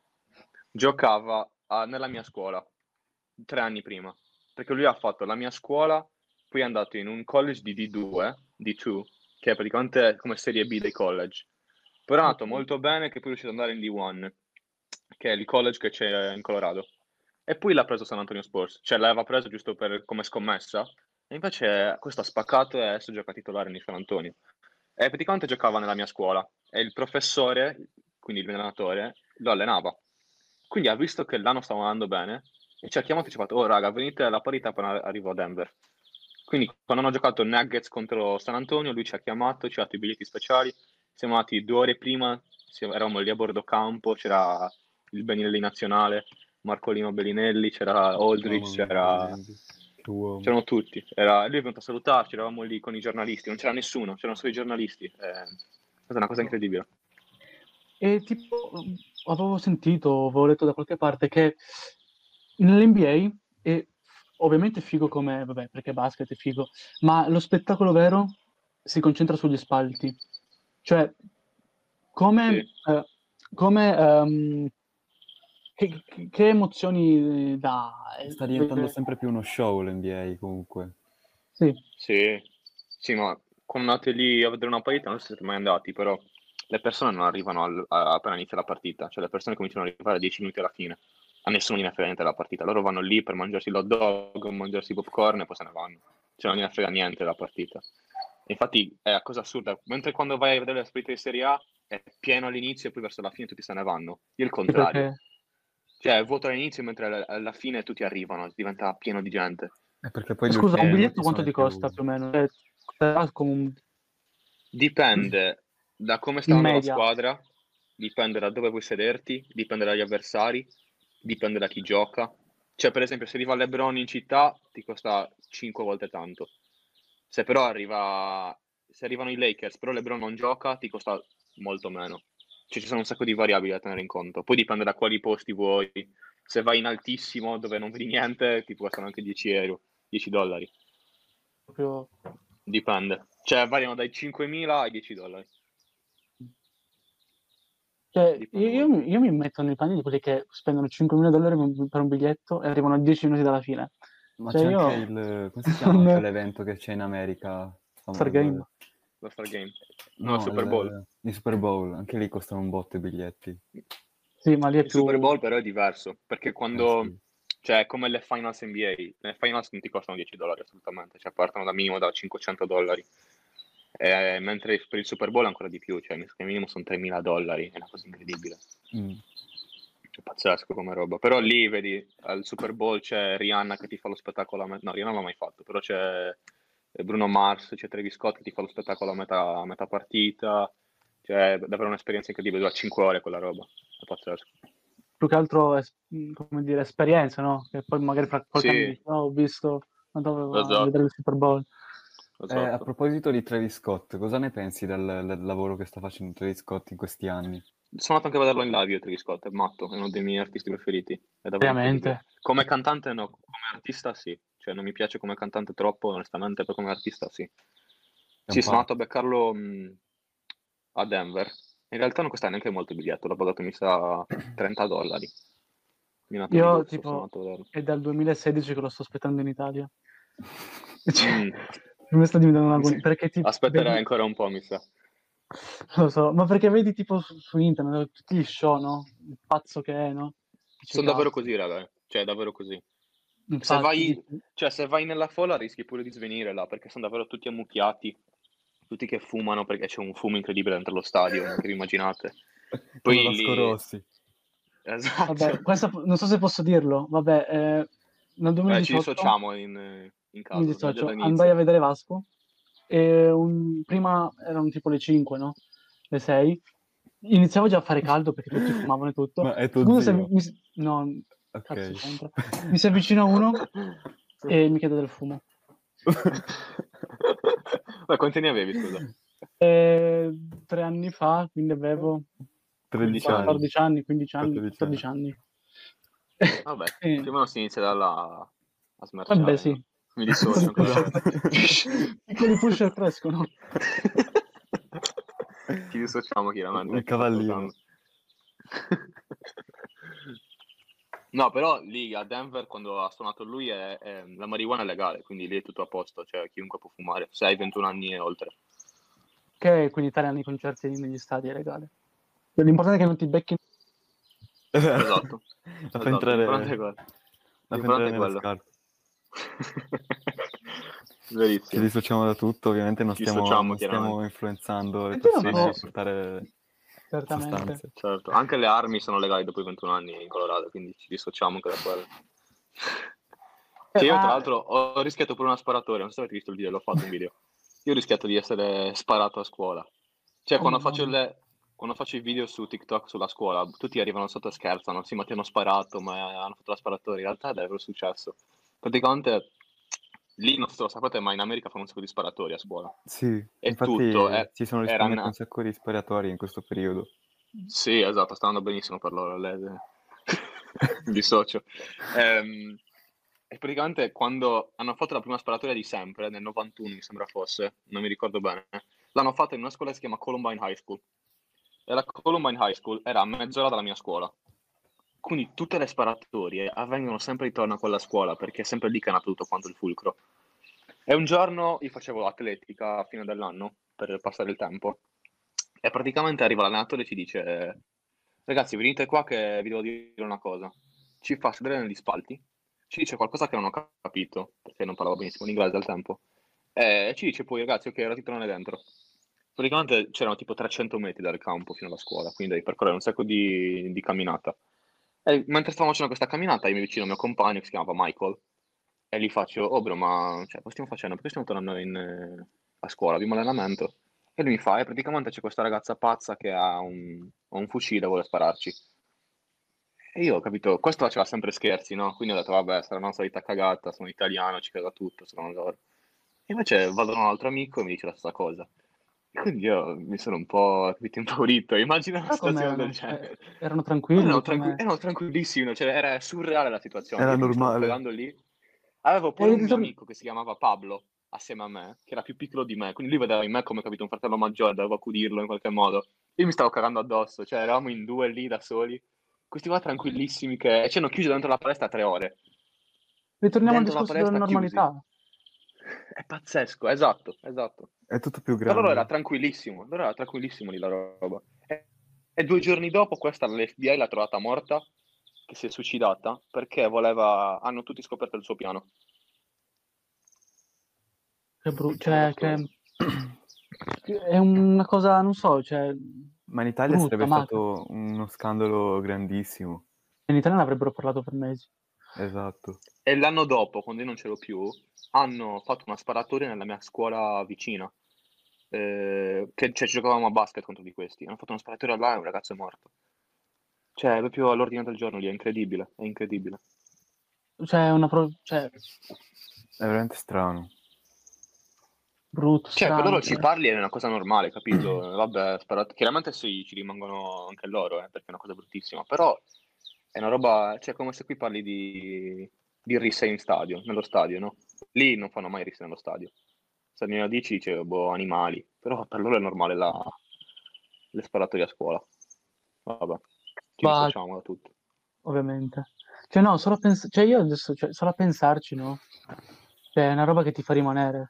[SPEAKER 2] giocava a- nella mia scuola tre anni prima, perché lui ha fatto la mia scuola, poi è andato in un college di D due, D due, che è praticamente come serie B dei college. Però è andato
[SPEAKER 3] Ok.
[SPEAKER 2] molto bene che poi è riuscito ad andare in D uno, che è il college che c'è in Colorado. E poi l'ha preso San Antonio Spurs, cioè l'aveva preso giusto per, come scommessa, e invece questo ha spaccato e adesso gioca titolare in San Antonio. E praticamente giocava nella mia scuola e il professore, quindi il mio allenatore, lo allenava. Quindi ha visto che l'anno stava andando bene e ci ha chiamato e ci ha fatto: oh raga, venite alla parità appena arrivo a Denver. Quindi quando hanno giocato Nuggets contro San Antonio, lui ci ha chiamato, ci ha dato i biglietti speciali. Siamo andati due ore prima, siamo- eravamo lì a bordo campo, c'era il Bellinelli nazionale, Marcolino Bellinelli, c'era Aldridge,
[SPEAKER 1] Mamma mia,
[SPEAKER 2] c'era...
[SPEAKER 1] Bellinelli. Che uomo.
[SPEAKER 2] c'erano tutti. Era... Lui è venuto a salutarci, eravamo lì con i giornalisti, non c'era nessuno, c'erano solo i giornalisti. Eh, È una cosa incredibile.
[SPEAKER 3] E tipo, avevo sentito, avevo letto da qualche parte che nell'N B A è ovviamente figo come, vabbè, perché basket è figo, ma lo spettacolo vero si concentra sugli spalti. Cioè, come,
[SPEAKER 2] Sì.
[SPEAKER 3] eh, come ehm, che, che- che emozioni dà?
[SPEAKER 1] Sta diventando sempre più uno show l'N B A comunque.
[SPEAKER 3] Sì,
[SPEAKER 2] Sì, sì, ma quando andate lì a vedere una partita, non so se siete mai andati, però le persone non arrivano al- a- appena inizia la partita, cioè le persone cominciano ad arrivare a dieci minuti alla fine, a nessuno gliene frega niente della partita, loro vanno lì per mangiarsi l'hot dog, mangiarsi i popcorn e poi se ne vanno, cioè non gliene frega niente della partita. Infatti è una cosa assurda, mentre quando vai a vedere le partite di Serie A è pieno all'inizio e poi verso la fine tutti se ne vanno, io il contrario,
[SPEAKER 3] perché
[SPEAKER 2] cioè è vuoto all'inizio mentre alla- alla fine tutti arrivano, diventa pieno di gente.
[SPEAKER 1] È perché poi gli
[SPEAKER 3] scusa, un
[SPEAKER 1] ultimi
[SPEAKER 2] Eh,
[SPEAKER 3] biglietto
[SPEAKER 1] minuti
[SPEAKER 3] quanto
[SPEAKER 1] sono
[SPEAKER 3] ti
[SPEAKER 1] i più...
[SPEAKER 3] costa più o meno? Cioè, costerà come un-
[SPEAKER 2] Dipende da come sta
[SPEAKER 3] in
[SPEAKER 2] andando la
[SPEAKER 3] media.
[SPEAKER 2] squadra, dipende da dove vuoi sederti, dipende dagli avversari, dipende da chi gioca. Cioè, per esempio, se arriva LeBron in città ti costa cinque volte tanto. Se però arriva, se arrivano i Lakers, però LeBron non gioca, ti costa molto meno. Cioè, ci sono un sacco di variabili da tenere in conto. Poi dipende da quali posti vuoi. Se vai in altissimo dove non vedi niente, ti costano anche dieci euro, dieci dollari.
[SPEAKER 3] Proprio...
[SPEAKER 2] Dipende. Cioè, variano dai cinquemila ai dieci dollari.
[SPEAKER 3] Cioè,
[SPEAKER 2] Dipende
[SPEAKER 3] io,
[SPEAKER 2] molto.
[SPEAKER 3] io mi metto nei panni di quelli che spendono cinquemila dollari per un biglietto e arrivano a dieci minuti dalla fine.
[SPEAKER 1] Ma
[SPEAKER 3] Cioè,
[SPEAKER 1] c'è
[SPEAKER 3] io...
[SPEAKER 1] anche il... come si chiama quell'evento che c'è in America?
[SPEAKER 3] Star Game.
[SPEAKER 2] Lo Star Game. No,
[SPEAKER 1] No,
[SPEAKER 2] Super Bowl.
[SPEAKER 1] il, il Super Bowl, anche lì costano un botto i biglietti.
[SPEAKER 3] Sì, ma lì è
[SPEAKER 2] Il Super
[SPEAKER 3] più...
[SPEAKER 2] Bowl però è diverso, perché
[SPEAKER 1] Eh
[SPEAKER 2] quando,
[SPEAKER 1] sì.
[SPEAKER 2] cioè, è come le finals N B A, le finals non ti costano dieci dollari assolutamente, cioè partono da minimo da cinquecento dollari, Eh, mentre per il Super Bowl ancora di più, cioè il minimo sono tremila dollari, è una cosa incredibile,
[SPEAKER 1] Mm.
[SPEAKER 2] è pazzesco come roba. Però lì, vedi, al Super Bowl c'è Rihanna che ti fa lo spettacolo, a me- no, Rihanna non l'ha mai fatto, però c'è Bruno Mars, c'è Travis Scott che ti fa lo spettacolo a metà, a metà partita, cioè è davvero un'esperienza incredibile, dura cinque ore quella roba, è pazzesco.
[SPEAKER 3] più che altro, es- come dire, esperienza, no? Che poi magari fra qualche anno
[SPEAKER 2] Sì,
[SPEAKER 3] dici, "Oh, ho visto, andavo a vedere
[SPEAKER 2] esatto,
[SPEAKER 3] il Super Bowl."
[SPEAKER 1] Eh, a
[SPEAKER 2] esatto.
[SPEAKER 1] proposito di Travis Scott, cosa ne pensi del, del lavoro che sta facendo Travis Scott in questi anni?
[SPEAKER 2] Sono andato anche a vederlo in live io, Travis Scott, è matto, è uno dei miei artisti preferiti, è davvero incredibile.
[SPEAKER 3] Veramente.
[SPEAKER 2] Come cantante no, come artista sì, cioè non mi piace come cantante troppo, onestamente, però come artista sì.
[SPEAKER 1] È un
[SPEAKER 2] Sì, sono andato a
[SPEAKER 1] pazzo.
[SPEAKER 2] beccarlo mh, a Denver, in realtà non costa neanche molto il biglietto, l'ho pagato mi sa trenta dollari, mi è nato di
[SPEAKER 3] Io,
[SPEAKER 2] lusso, sono
[SPEAKER 3] tipo,
[SPEAKER 2] andato a vederlo.
[SPEAKER 3] è dal duemilasedici che lo sto aspettando in Italia. Cioè,
[SPEAKER 2] Mm,
[SPEAKER 3] per me sta diventando una...
[SPEAKER 2] mi sa-
[SPEAKER 3] agonia, perché ti
[SPEAKER 2] Aspetterai
[SPEAKER 3] vedi...
[SPEAKER 2] ancora un po', mi sa.
[SPEAKER 3] Lo so, ma perché vedi tipo su, su internet tutti gli show, no? Il pazzo che è, no? Dice
[SPEAKER 2] Sono davvero
[SPEAKER 3] cazzo.
[SPEAKER 2] così, raga, cioè è davvero così. Se
[SPEAKER 3] Infatti,
[SPEAKER 2] vai,
[SPEAKER 3] dici,
[SPEAKER 2] cioè, se vai nella folla rischi pure di svenire là, perché sono davvero tutti ammucchiati, tutti che fumano, perché c'è un fumo incredibile dentro lo stadio, non che vi immaginate.
[SPEAKER 1] Come
[SPEAKER 2] Poi
[SPEAKER 1] Vasco
[SPEAKER 2] lì,
[SPEAKER 1] Rossi.
[SPEAKER 3] vabbè,
[SPEAKER 2] esatto,
[SPEAKER 3] questa non so se posso dirlo, vabbè, eh, nel
[SPEAKER 2] Beh, ci
[SPEAKER 3] duemiladiciotto,
[SPEAKER 2] dissociamo in, in caso, dobbiamo già
[SPEAKER 3] duemiladiciotto andai
[SPEAKER 2] dall'inizio.
[SPEAKER 3] a vedere Vasco e un- prima erano tipo le cinque, no? Le sei. Iniziavo già a fare caldo perché tutti fumavano e tutto.
[SPEAKER 1] Ma è tuo
[SPEAKER 3] Uno si avvi-
[SPEAKER 1] zio.
[SPEAKER 3] mi si- no, cazzo
[SPEAKER 1] Ok.
[SPEAKER 3] c'entra. Mi si avvicina uno e mi chiede del fumo.
[SPEAKER 2] Beh, quanti ne avevi, scusa?
[SPEAKER 3] E tre anni fa, quindi avevo
[SPEAKER 1] tredici
[SPEAKER 2] quindici anni.
[SPEAKER 1] anni.
[SPEAKER 3] quattordici anni, quindici anni,
[SPEAKER 1] quattordici anni.
[SPEAKER 3] quattordici anni.
[SPEAKER 2] Vabbè,
[SPEAKER 3] E-
[SPEAKER 2] più o meno si inizia da là a
[SPEAKER 3] vabbè,
[SPEAKER 2] smerciare,
[SPEAKER 3] sì.
[SPEAKER 2] no? Mi dissocio
[SPEAKER 3] Piccoli pusher,
[SPEAKER 2] ancora.
[SPEAKER 3] piccoli pusher crescono.
[SPEAKER 2] Ci dissociamo chiaramente,
[SPEAKER 1] Un
[SPEAKER 2] chi sta
[SPEAKER 1] cavallino.
[SPEAKER 2] ascoltando. No, però lì a Denver, quando ha suonato lui, è, è- la marijuana è legale, quindi lì è tutto a posto, cioè chiunque può fumare, se hai ventuno anni e oltre.
[SPEAKER 3] Che quindi italiani i concerti negli stadi è legale. L'importante è che non ti becchi.
[SPEAKER 1] È vero.
[SPEAKER 2] Esatto,
[SPEAKER 1] La fa
[SPEAKER 2] esatto, l'importante è
[SPEAKER 1] entrare,
[SPEAKER 2] quello.
[SPEAKER 1] la fa
[SPEAKER 2] L'importante
[SPEAKER 1] entrare
[SPEAKER 2] è
[SPEAKER 1] nelle
[SPEAKER 2] quello.
[SPEAKER 1] scarpe. Ci
[SPEAKER 2] Verissimo.
[SPEAKER 1] dissociamo da tutto, ovviamente non
[SPEAKER 2] Ci
[SPEAKER 1] stiamo,
[SPEAKER 2] dissociamo
[SPEAKER 1] non stiamo
[SPEAKER 2] chiaramente.
[SPEAKER 1] influenzando le
[SPEAKER 3] Senti un
[SPEAKER 2] Sì,
[SPEAKER 1] persone
[SPEAKER 2] sì,
[SPEAKER 3] po',
[SPEAKER 1] a
[SPEAKER 2] sì,
[SPEAKER 1] portare
[SPEAKER 3] certamente.
[SPEAKER 1] sostanze.
[SPEAKER 2] certo. Anche le armi sono legali dopo i ventuno anni in Colorado, quindi ci dissociamo anche da quello.
[SPEAKER 3] Eh,
[SPEAKER 2] Che io tra
[SPEAKER 3] ma
[SPEAKER 2] l'altro ho rischiato pure una sparatoria, non so se avete visto il video, l'ho fatto un video. Io ho rischiato di essere sparato a scuola. Cioè,
[SPEAKER 3] oh
[SPEAKER 2] quando faccio,
[SPEAKER 3] madonna.
[SPEAKER 2] le- quando faccio i video su TikTok sulla scuola, tutti arrivano sotto e scherzano, sì, ma ti hanno sparato, ma hanno fatto la sparatoria. In realtà è davvero successo. Praticamente, lì non so se lo sapete, ma in America fanno un sacco di sparatori a scuola.
[SPEAKER 1] Sì,
[SPEAKER 2] E tutto,
[SPEAKER 1] infatti
[SPEAKER 2] è-
[SPEAKER 1] si sono
[SPEAKER 2] era...
[SPEAKER 1] risparmiati un
[SPEAKER 2] na-
[SPEAKER 1] sacco di sparatori in questo periodo.
[SPEAKER 2] Sì, esatto, sta andando benissimo per loro, le... mi dissocio. Ehm, e praticamente quando hanno fatto la prima sparatoria di sempre, nel novantuno mi sembra fosse, non mi ricordo bene, l'hanno fatta in una scuola che si chiama Columbine High School. E la Columbine High School era a mezz'ora dalla mia scuola. Quindi tutte le sparatorie avvengono sempre intorno a quella scuola, perché è sempre lì che è nato tutto quanto il fulcro. E un giorno io facevo atletica a fine dell'anno, per passare il tempo, e praticamente arriva l'allenatore e ci dice: ragazzi, venite qua che vi devo dire una cosa. Ci fa sedere negli spalti, ci dice qualcosa che non ho capito, perché non parlavo benissimo l'inglese al tempo, e ci dice poi: ragazzi, ok, ora ti tornate dentro. Praticamente c'erano tipo trecento metri dal campo fino alla scuola, quindi devi percorrere un sacco di, di camminata. E mentre stavamo facendo questa camminata, io mi vicino al mio compagno che si chiamava Michael, e gli faccio: oh bro, ma cioè, cosa stiamo facendo? Perché stiamo tornando in, eh, a scuola? Abbiamo allenamento? E lui mi fa: e praticamente c'è questa ragazza pazza che ha un, ha un fucile e vuole spararci. E io ho capito, questo faceva sempre scherzi, no? Quindi ho detto: vabbè, sarà una solita cagata, sono italiano, ci credo a tutto, sono loro. E invece vado da un altro amico e mi dice la stessa cosa. E quindi io mi sono un po', capito, impaurito. Immagina una
[SPEAKER 3] Però
[SPEAKER 2] situazione del
[SPEAKER 3] com'erano? Cioè,
[SPEAKER 2] genere.
[SPEAKER 3] erano
[SPEAKER 2] Ma
[SPEAKER 3] tranquilli
[SPEAKER 2] erano, tranqui-
[SPEAKER 3] come...
[SPEAKER 2] erano tranquillissimi, cioè era surreale la situazione.
[SPEAKER 1] Era
[SPEAKER 2] Io che mi stavo
[SPEAKER 1] normale.
[SPEAKER 2] cagando lì. Avevo
[SPEAKER 3] E
[SPEAKER 2] pure un mio
[SPEAKER 3] ritorn-
[SPEAKER 2] amico che si chiamava Pablo, assieme a me, che era più piccolo di me, quindi lui vedeva in me come, capito, un fratello maggiore, dovevo accudirlo in qualche modo. Io mi stavo cagando addosso, cioè eravamo in due lì da soli, questi qua tranquillissimi che... e ci hanno chiuso dentro la palestra tre ore.
[SPEAKER 3] ritorniamo al
[SPEAKER 2] Dentro la
[SPEAKER 3] discorso della
[SPEAKER 2] palestra chiusi.
[SPEAKER 3] normalità.
[SPEAKER 2] È pazzesco, esatto, esatto.
[SPEAKER 1] È tutto più
[SPEAKER 2] Per loro era
[SPEAKER 1] grande.
[SPEAKER 2] tranquillissimo, loro era tranquillissimo lì la roba. E E due giorni dopo questa l'F B I l'ha trovata morta, che si è suicidata, perché voleva... hanno tutti scoperto il suo piano.
[SPEAKER 3] Che bru-
[SPEAKER 2] Povera
[SPEAKER 3] cioè,
[SPEAKER 2] storia.
[SPEAKER 3] che è una cosa, non so, cioè,
[SPEAKER 1] Ma in Italia
[SPEAKER 3] brutta,
[SPEAKER 1] sarebbe
[SPEAKER 3] macabra.
[SPEAKER 1] stato uno scandalo grandissimo.
[SPEAKER 3] In Italia ne avrebbero parlato per mesi.
[SPEAKER 1] Esatto.
[SPEAKER 2] E l'anno dopo, quando io non c'ero più, hanno fatto una sparatoria nella mia scuola vicina. Eh, che cioè, ci giocavamo a basket contro di questi. Hanno fatto una sparatoria là e un ragazzo è morto. Cioè, è proprio all'ordine del giorno lì, è incredibile, è incredibile.
[SPEAKER 3] Cioè, è una pro- cioè,
[SPEAKER 1] È veramente strano.
[SPEAKER 3] brutto,
[SPEAKER 2] Cioè, per
[SPEAKER 3] strano.
[SPEAKER 2] loro ci
[SPEAKER 3] Cioè.
[SPEAKER 2] parli è una cosa normale, capito? Vabbè, sparat- chiaramente sì, ci rimangono anche loro, eh, perché è una cosa bruttissima, però è una roba, cioè, come se qui parli di, di risse in stadio, nello stadio, no? Lì non fanno mai risse nello stadio. Se ne dici, dice, boh, animali, però per loro è normale la, le sparatorie a scuola. Vabbè, ci
[SPEAKER 3] Bah,
[SPEAKER 2] dissociamo da tutto.
[SPEAKER 3] ovviamente. Cioè, no, solo a pens- cioè, io adesso, cioè, solo a pensarci, no? Cioè, è una roba che ti fa rimanere.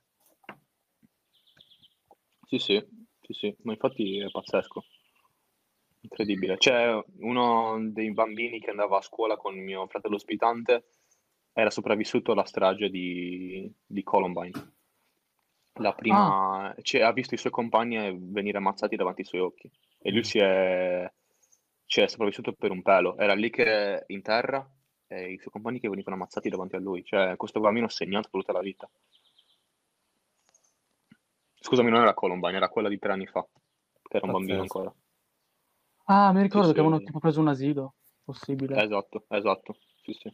[SPEAKER 2] Sì, sì, sì, sì, ma infatti è pazzesco. Incredibile. C'è uno dei bambini che andava a scuola con mio fratello ospitante, era sopravvissuto alla strage di, di Columbine. La
[SPEAKER 3] Ah,
[SPEAKER 2] prima, cioè, ha visto i suoi compagni venire ammazzati davanti ai suoi occhi e lui si è, ci è sopravvissuto per un pelo. Era lì che in terra e i suoi compagni che venivano ammazzati davanti a lui. Cioè, questo bambino ha segnato per tutta la vita. Scusami, non era Columbine, era quella di tre anni fa, che era un bambino
[SPEAKER 1] Pazzesco.
[SPEAKER 2] ancora.
[SPEAKER 3] ah, mi
[SPEAKER 2] Sì,
[SPEAKER 3] ricordo che avevano
[SPEAKER 2] sì,
[SPEAKER 3] tipo preso un asilo. Possibile.
[SPEAKER 2] esatto, esatto. Sì, sì.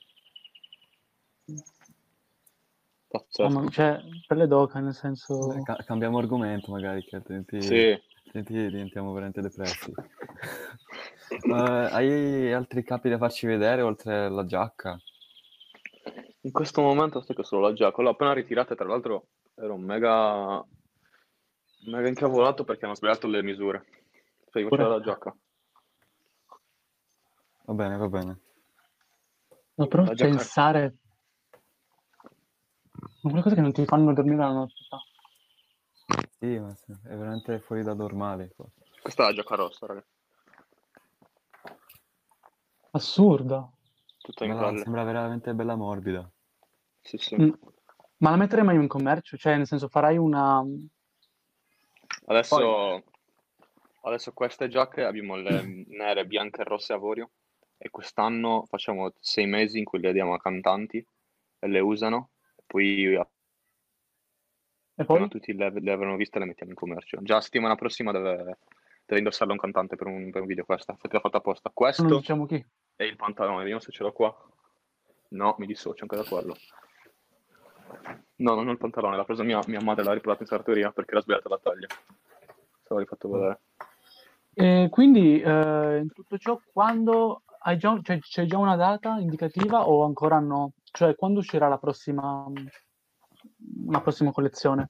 [SPEAKER 3] Mamma mia,
[SPEAKER 2] Pazzesco.
[SPEAKER 3] cioè, per le doca, nel
[SPEAKER 1] Beh,
[SPEAKER 3] senso...
[SPEAKER 1] ca- cambiamo argomento magari, che altrimenti,
[SPEAKER 2] Sì.
[SPEAKER 1] altrimenti diventiamo veramente depressi. Ma hai altri capi da farci vedere oltre alla giacca?
[SPEAKER 2] In questo momento sai che solo la giacca. L'ho appena ritirata, tra l'altro ero mega, mega incavolato perché hanno sbagliato le misure. Cioè,
[SPEAKER 3] Pure.
[SPEAKER 2] faceva la giacca.
[SPEAKER 1] Va bene, va bene.
[SPEAKER 3] No, però
[SPEAKER 2] La giacca...
[SPEAKER 3] pensare... Sono quelle cose che non ti fanno dormire la notte, fa.
[SPEAKER 1] Sì, ma sì, è veramente fuori da normale qua.
[SPEAKER 2] Questa è la giacca rossa, raga.
[SPEAKER 3] Assurda.
[SPEAKER 2] Tutta in
[SPEAKER 1] Bella-
[SPEAKER 2] pelle.
[SPEAKER 1] sembra veramente bella morbida.
[SPEAKER 2] Sì, sì.
[SPEAKER 3] Mm. Ma la metterei mai in commercio? Cioè, nel senso, farai una... Poi,
[SPEAKER 2] Adesso, adesso queste giacche abbiamo le nere, bianche e rosse avorio. E quest'anno facciamo sei mesi in cui le diamo a cantanti e le usano. E poi
[SPEAKER 3] e
[SPEAKER 2] appena
[SPEAKER 3] poi?
[SPEAKER 2] tutti le, le avranno viste le mettiamo in commercio. Già la settimana prossima deve, deve indossarla un cantante per un, per un video questa, infatti l'ho fatta apposta.
[SPEAKER 3] Non
[SPEAKER 2] Questo
[SPEAKER 3] diciamo chi.
[SPEAKER 2] è il pantalone, vediamo se ce l'ho qua. No, mi dissocio anche da quello. No, non ho il pantalone, l'ha preso mia, mia madre, l'ha riportato in sartoria perché era sbagliata la taglia. Se l'ho rifatto vedere.
[SPEAKER 3] E quindi, eh, in tutto ciò, quando hai già, c'è, c'è già una data indicativa o ancora no? Cioè, quando uscirà la prossima, la prossima collezione?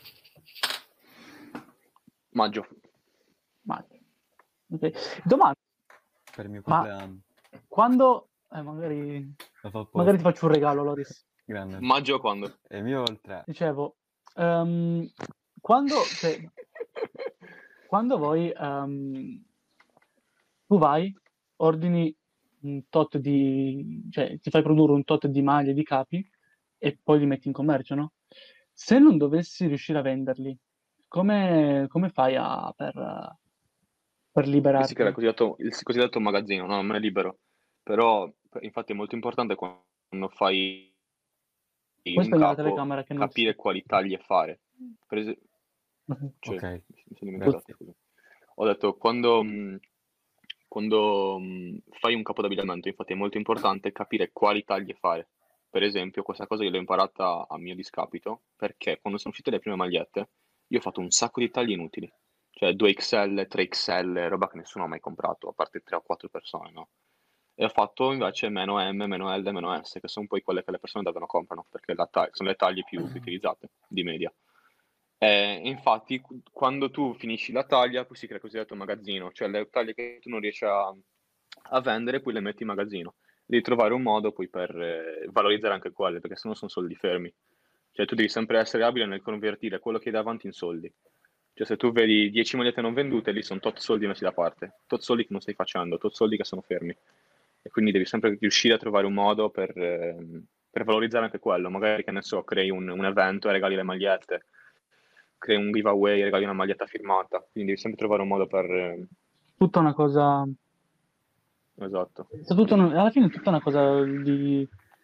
[SPEAKER 2] Maggio.
[SPEAKER 3] Ma, ok. Domanda,
[SPEAKER 1] Per il mio
[SPEAKER 3] ma
[SPEAKER 1] compleanno.
[SPEAKER 3] quando... eh, magari,
[SPEAKER 1] Lo fa
[SPEAKER 3] magari ti
[SPEAKER 1] apposta.
[SPEAKER 3] faccio un regalo, Loris.
[SPEAKER 1] Grande.
[SPEAKER 2] Maggio quando?
[SPEAKER 1] E il mio il tre.
[SPEAKER 3] Dicevo, ehm, quando, cioè, quando voi, ehm, tu vai, ordini un tot di, cioè ti fai produrre un tot di maglie, di capi e poi li metti in commercio, no? Se non dovessi riuscire a venderli, come, come fai a, per, eh, per
[SPEAKER 2] Qui si crea il
[SPEAKER 3] liberarti?
[SPEAKER 2] cosiddetto, il cosiddetto magazzino, no, non è libero. Però, infatti, è molto importante quando fai
[SPEAKER 3] Puoi
[SPEAKER 2] un
[SPEAKER 3] spegnere la
[SPEAKER 2] capo
[SPEAKER 3] telecamera che non si...
[SPEAKER 2] capire quali taglie fare. Per esempio,
[SPEAKER 3] Mhm.
[SPEAKER 2] cioè,
[SPEAKER 1] Ok,
[SPEAKER 2] mi sono dimenticato,
[SPEAKER 1] grazie.
[SPEAKER 2] scusa. Ho detto, quando, mh, quando mh, fai un capo d'abbigliamento, infatti è molto importante capire quali taglie fare. Per esempio, questa cosa io l'ho imparata a mio discapito, perché quando sono uscite le prime magliette, io ho fatto un sacco di tagli inutili. Cioè due X L, tre X L, roba che nessuno ha mai comprato, a parte tre o quattro persone, no? E ho fatto invece meno M, meno L, meno S, che sono poi quelle che le persone davvero comprano, perché la tag- sono le taglie più, più utilizzate di media. E infatti, qu- quando tu finisci la taglia, poi si crea il cosiddetto magazzino, cioè le taglie che tu non riesci a, a vendere, poi le metti in magazzino. Devi trovare un modo poi per eh, valorizzare anche quelle, perché sennò sono soldi fermi. Cioè tu devi sempre essere abile nel convertire quello che hai davanti in soldi. Cioè se tu vedi dieci magliette non vendute, lì sono tot soldi messi da parte, tot soldi che non stai facendo, tot soldi che sono fermi. E quindi devi sempre riuscire a trovare un modo per, ehm, per valorizzare anche quello. Magari, che ne so, crei un, un evento e regali le magliette, crei un giveaway e regali una maglietta firmata. Quindi devi sempre trovare un modo per... eh,
[SPEAKER 3] Tutta una cosa...
[SPEAKER 2] Esatto.
[SPEAKER 3] è tutto un- alla fine è tutta una cosa di...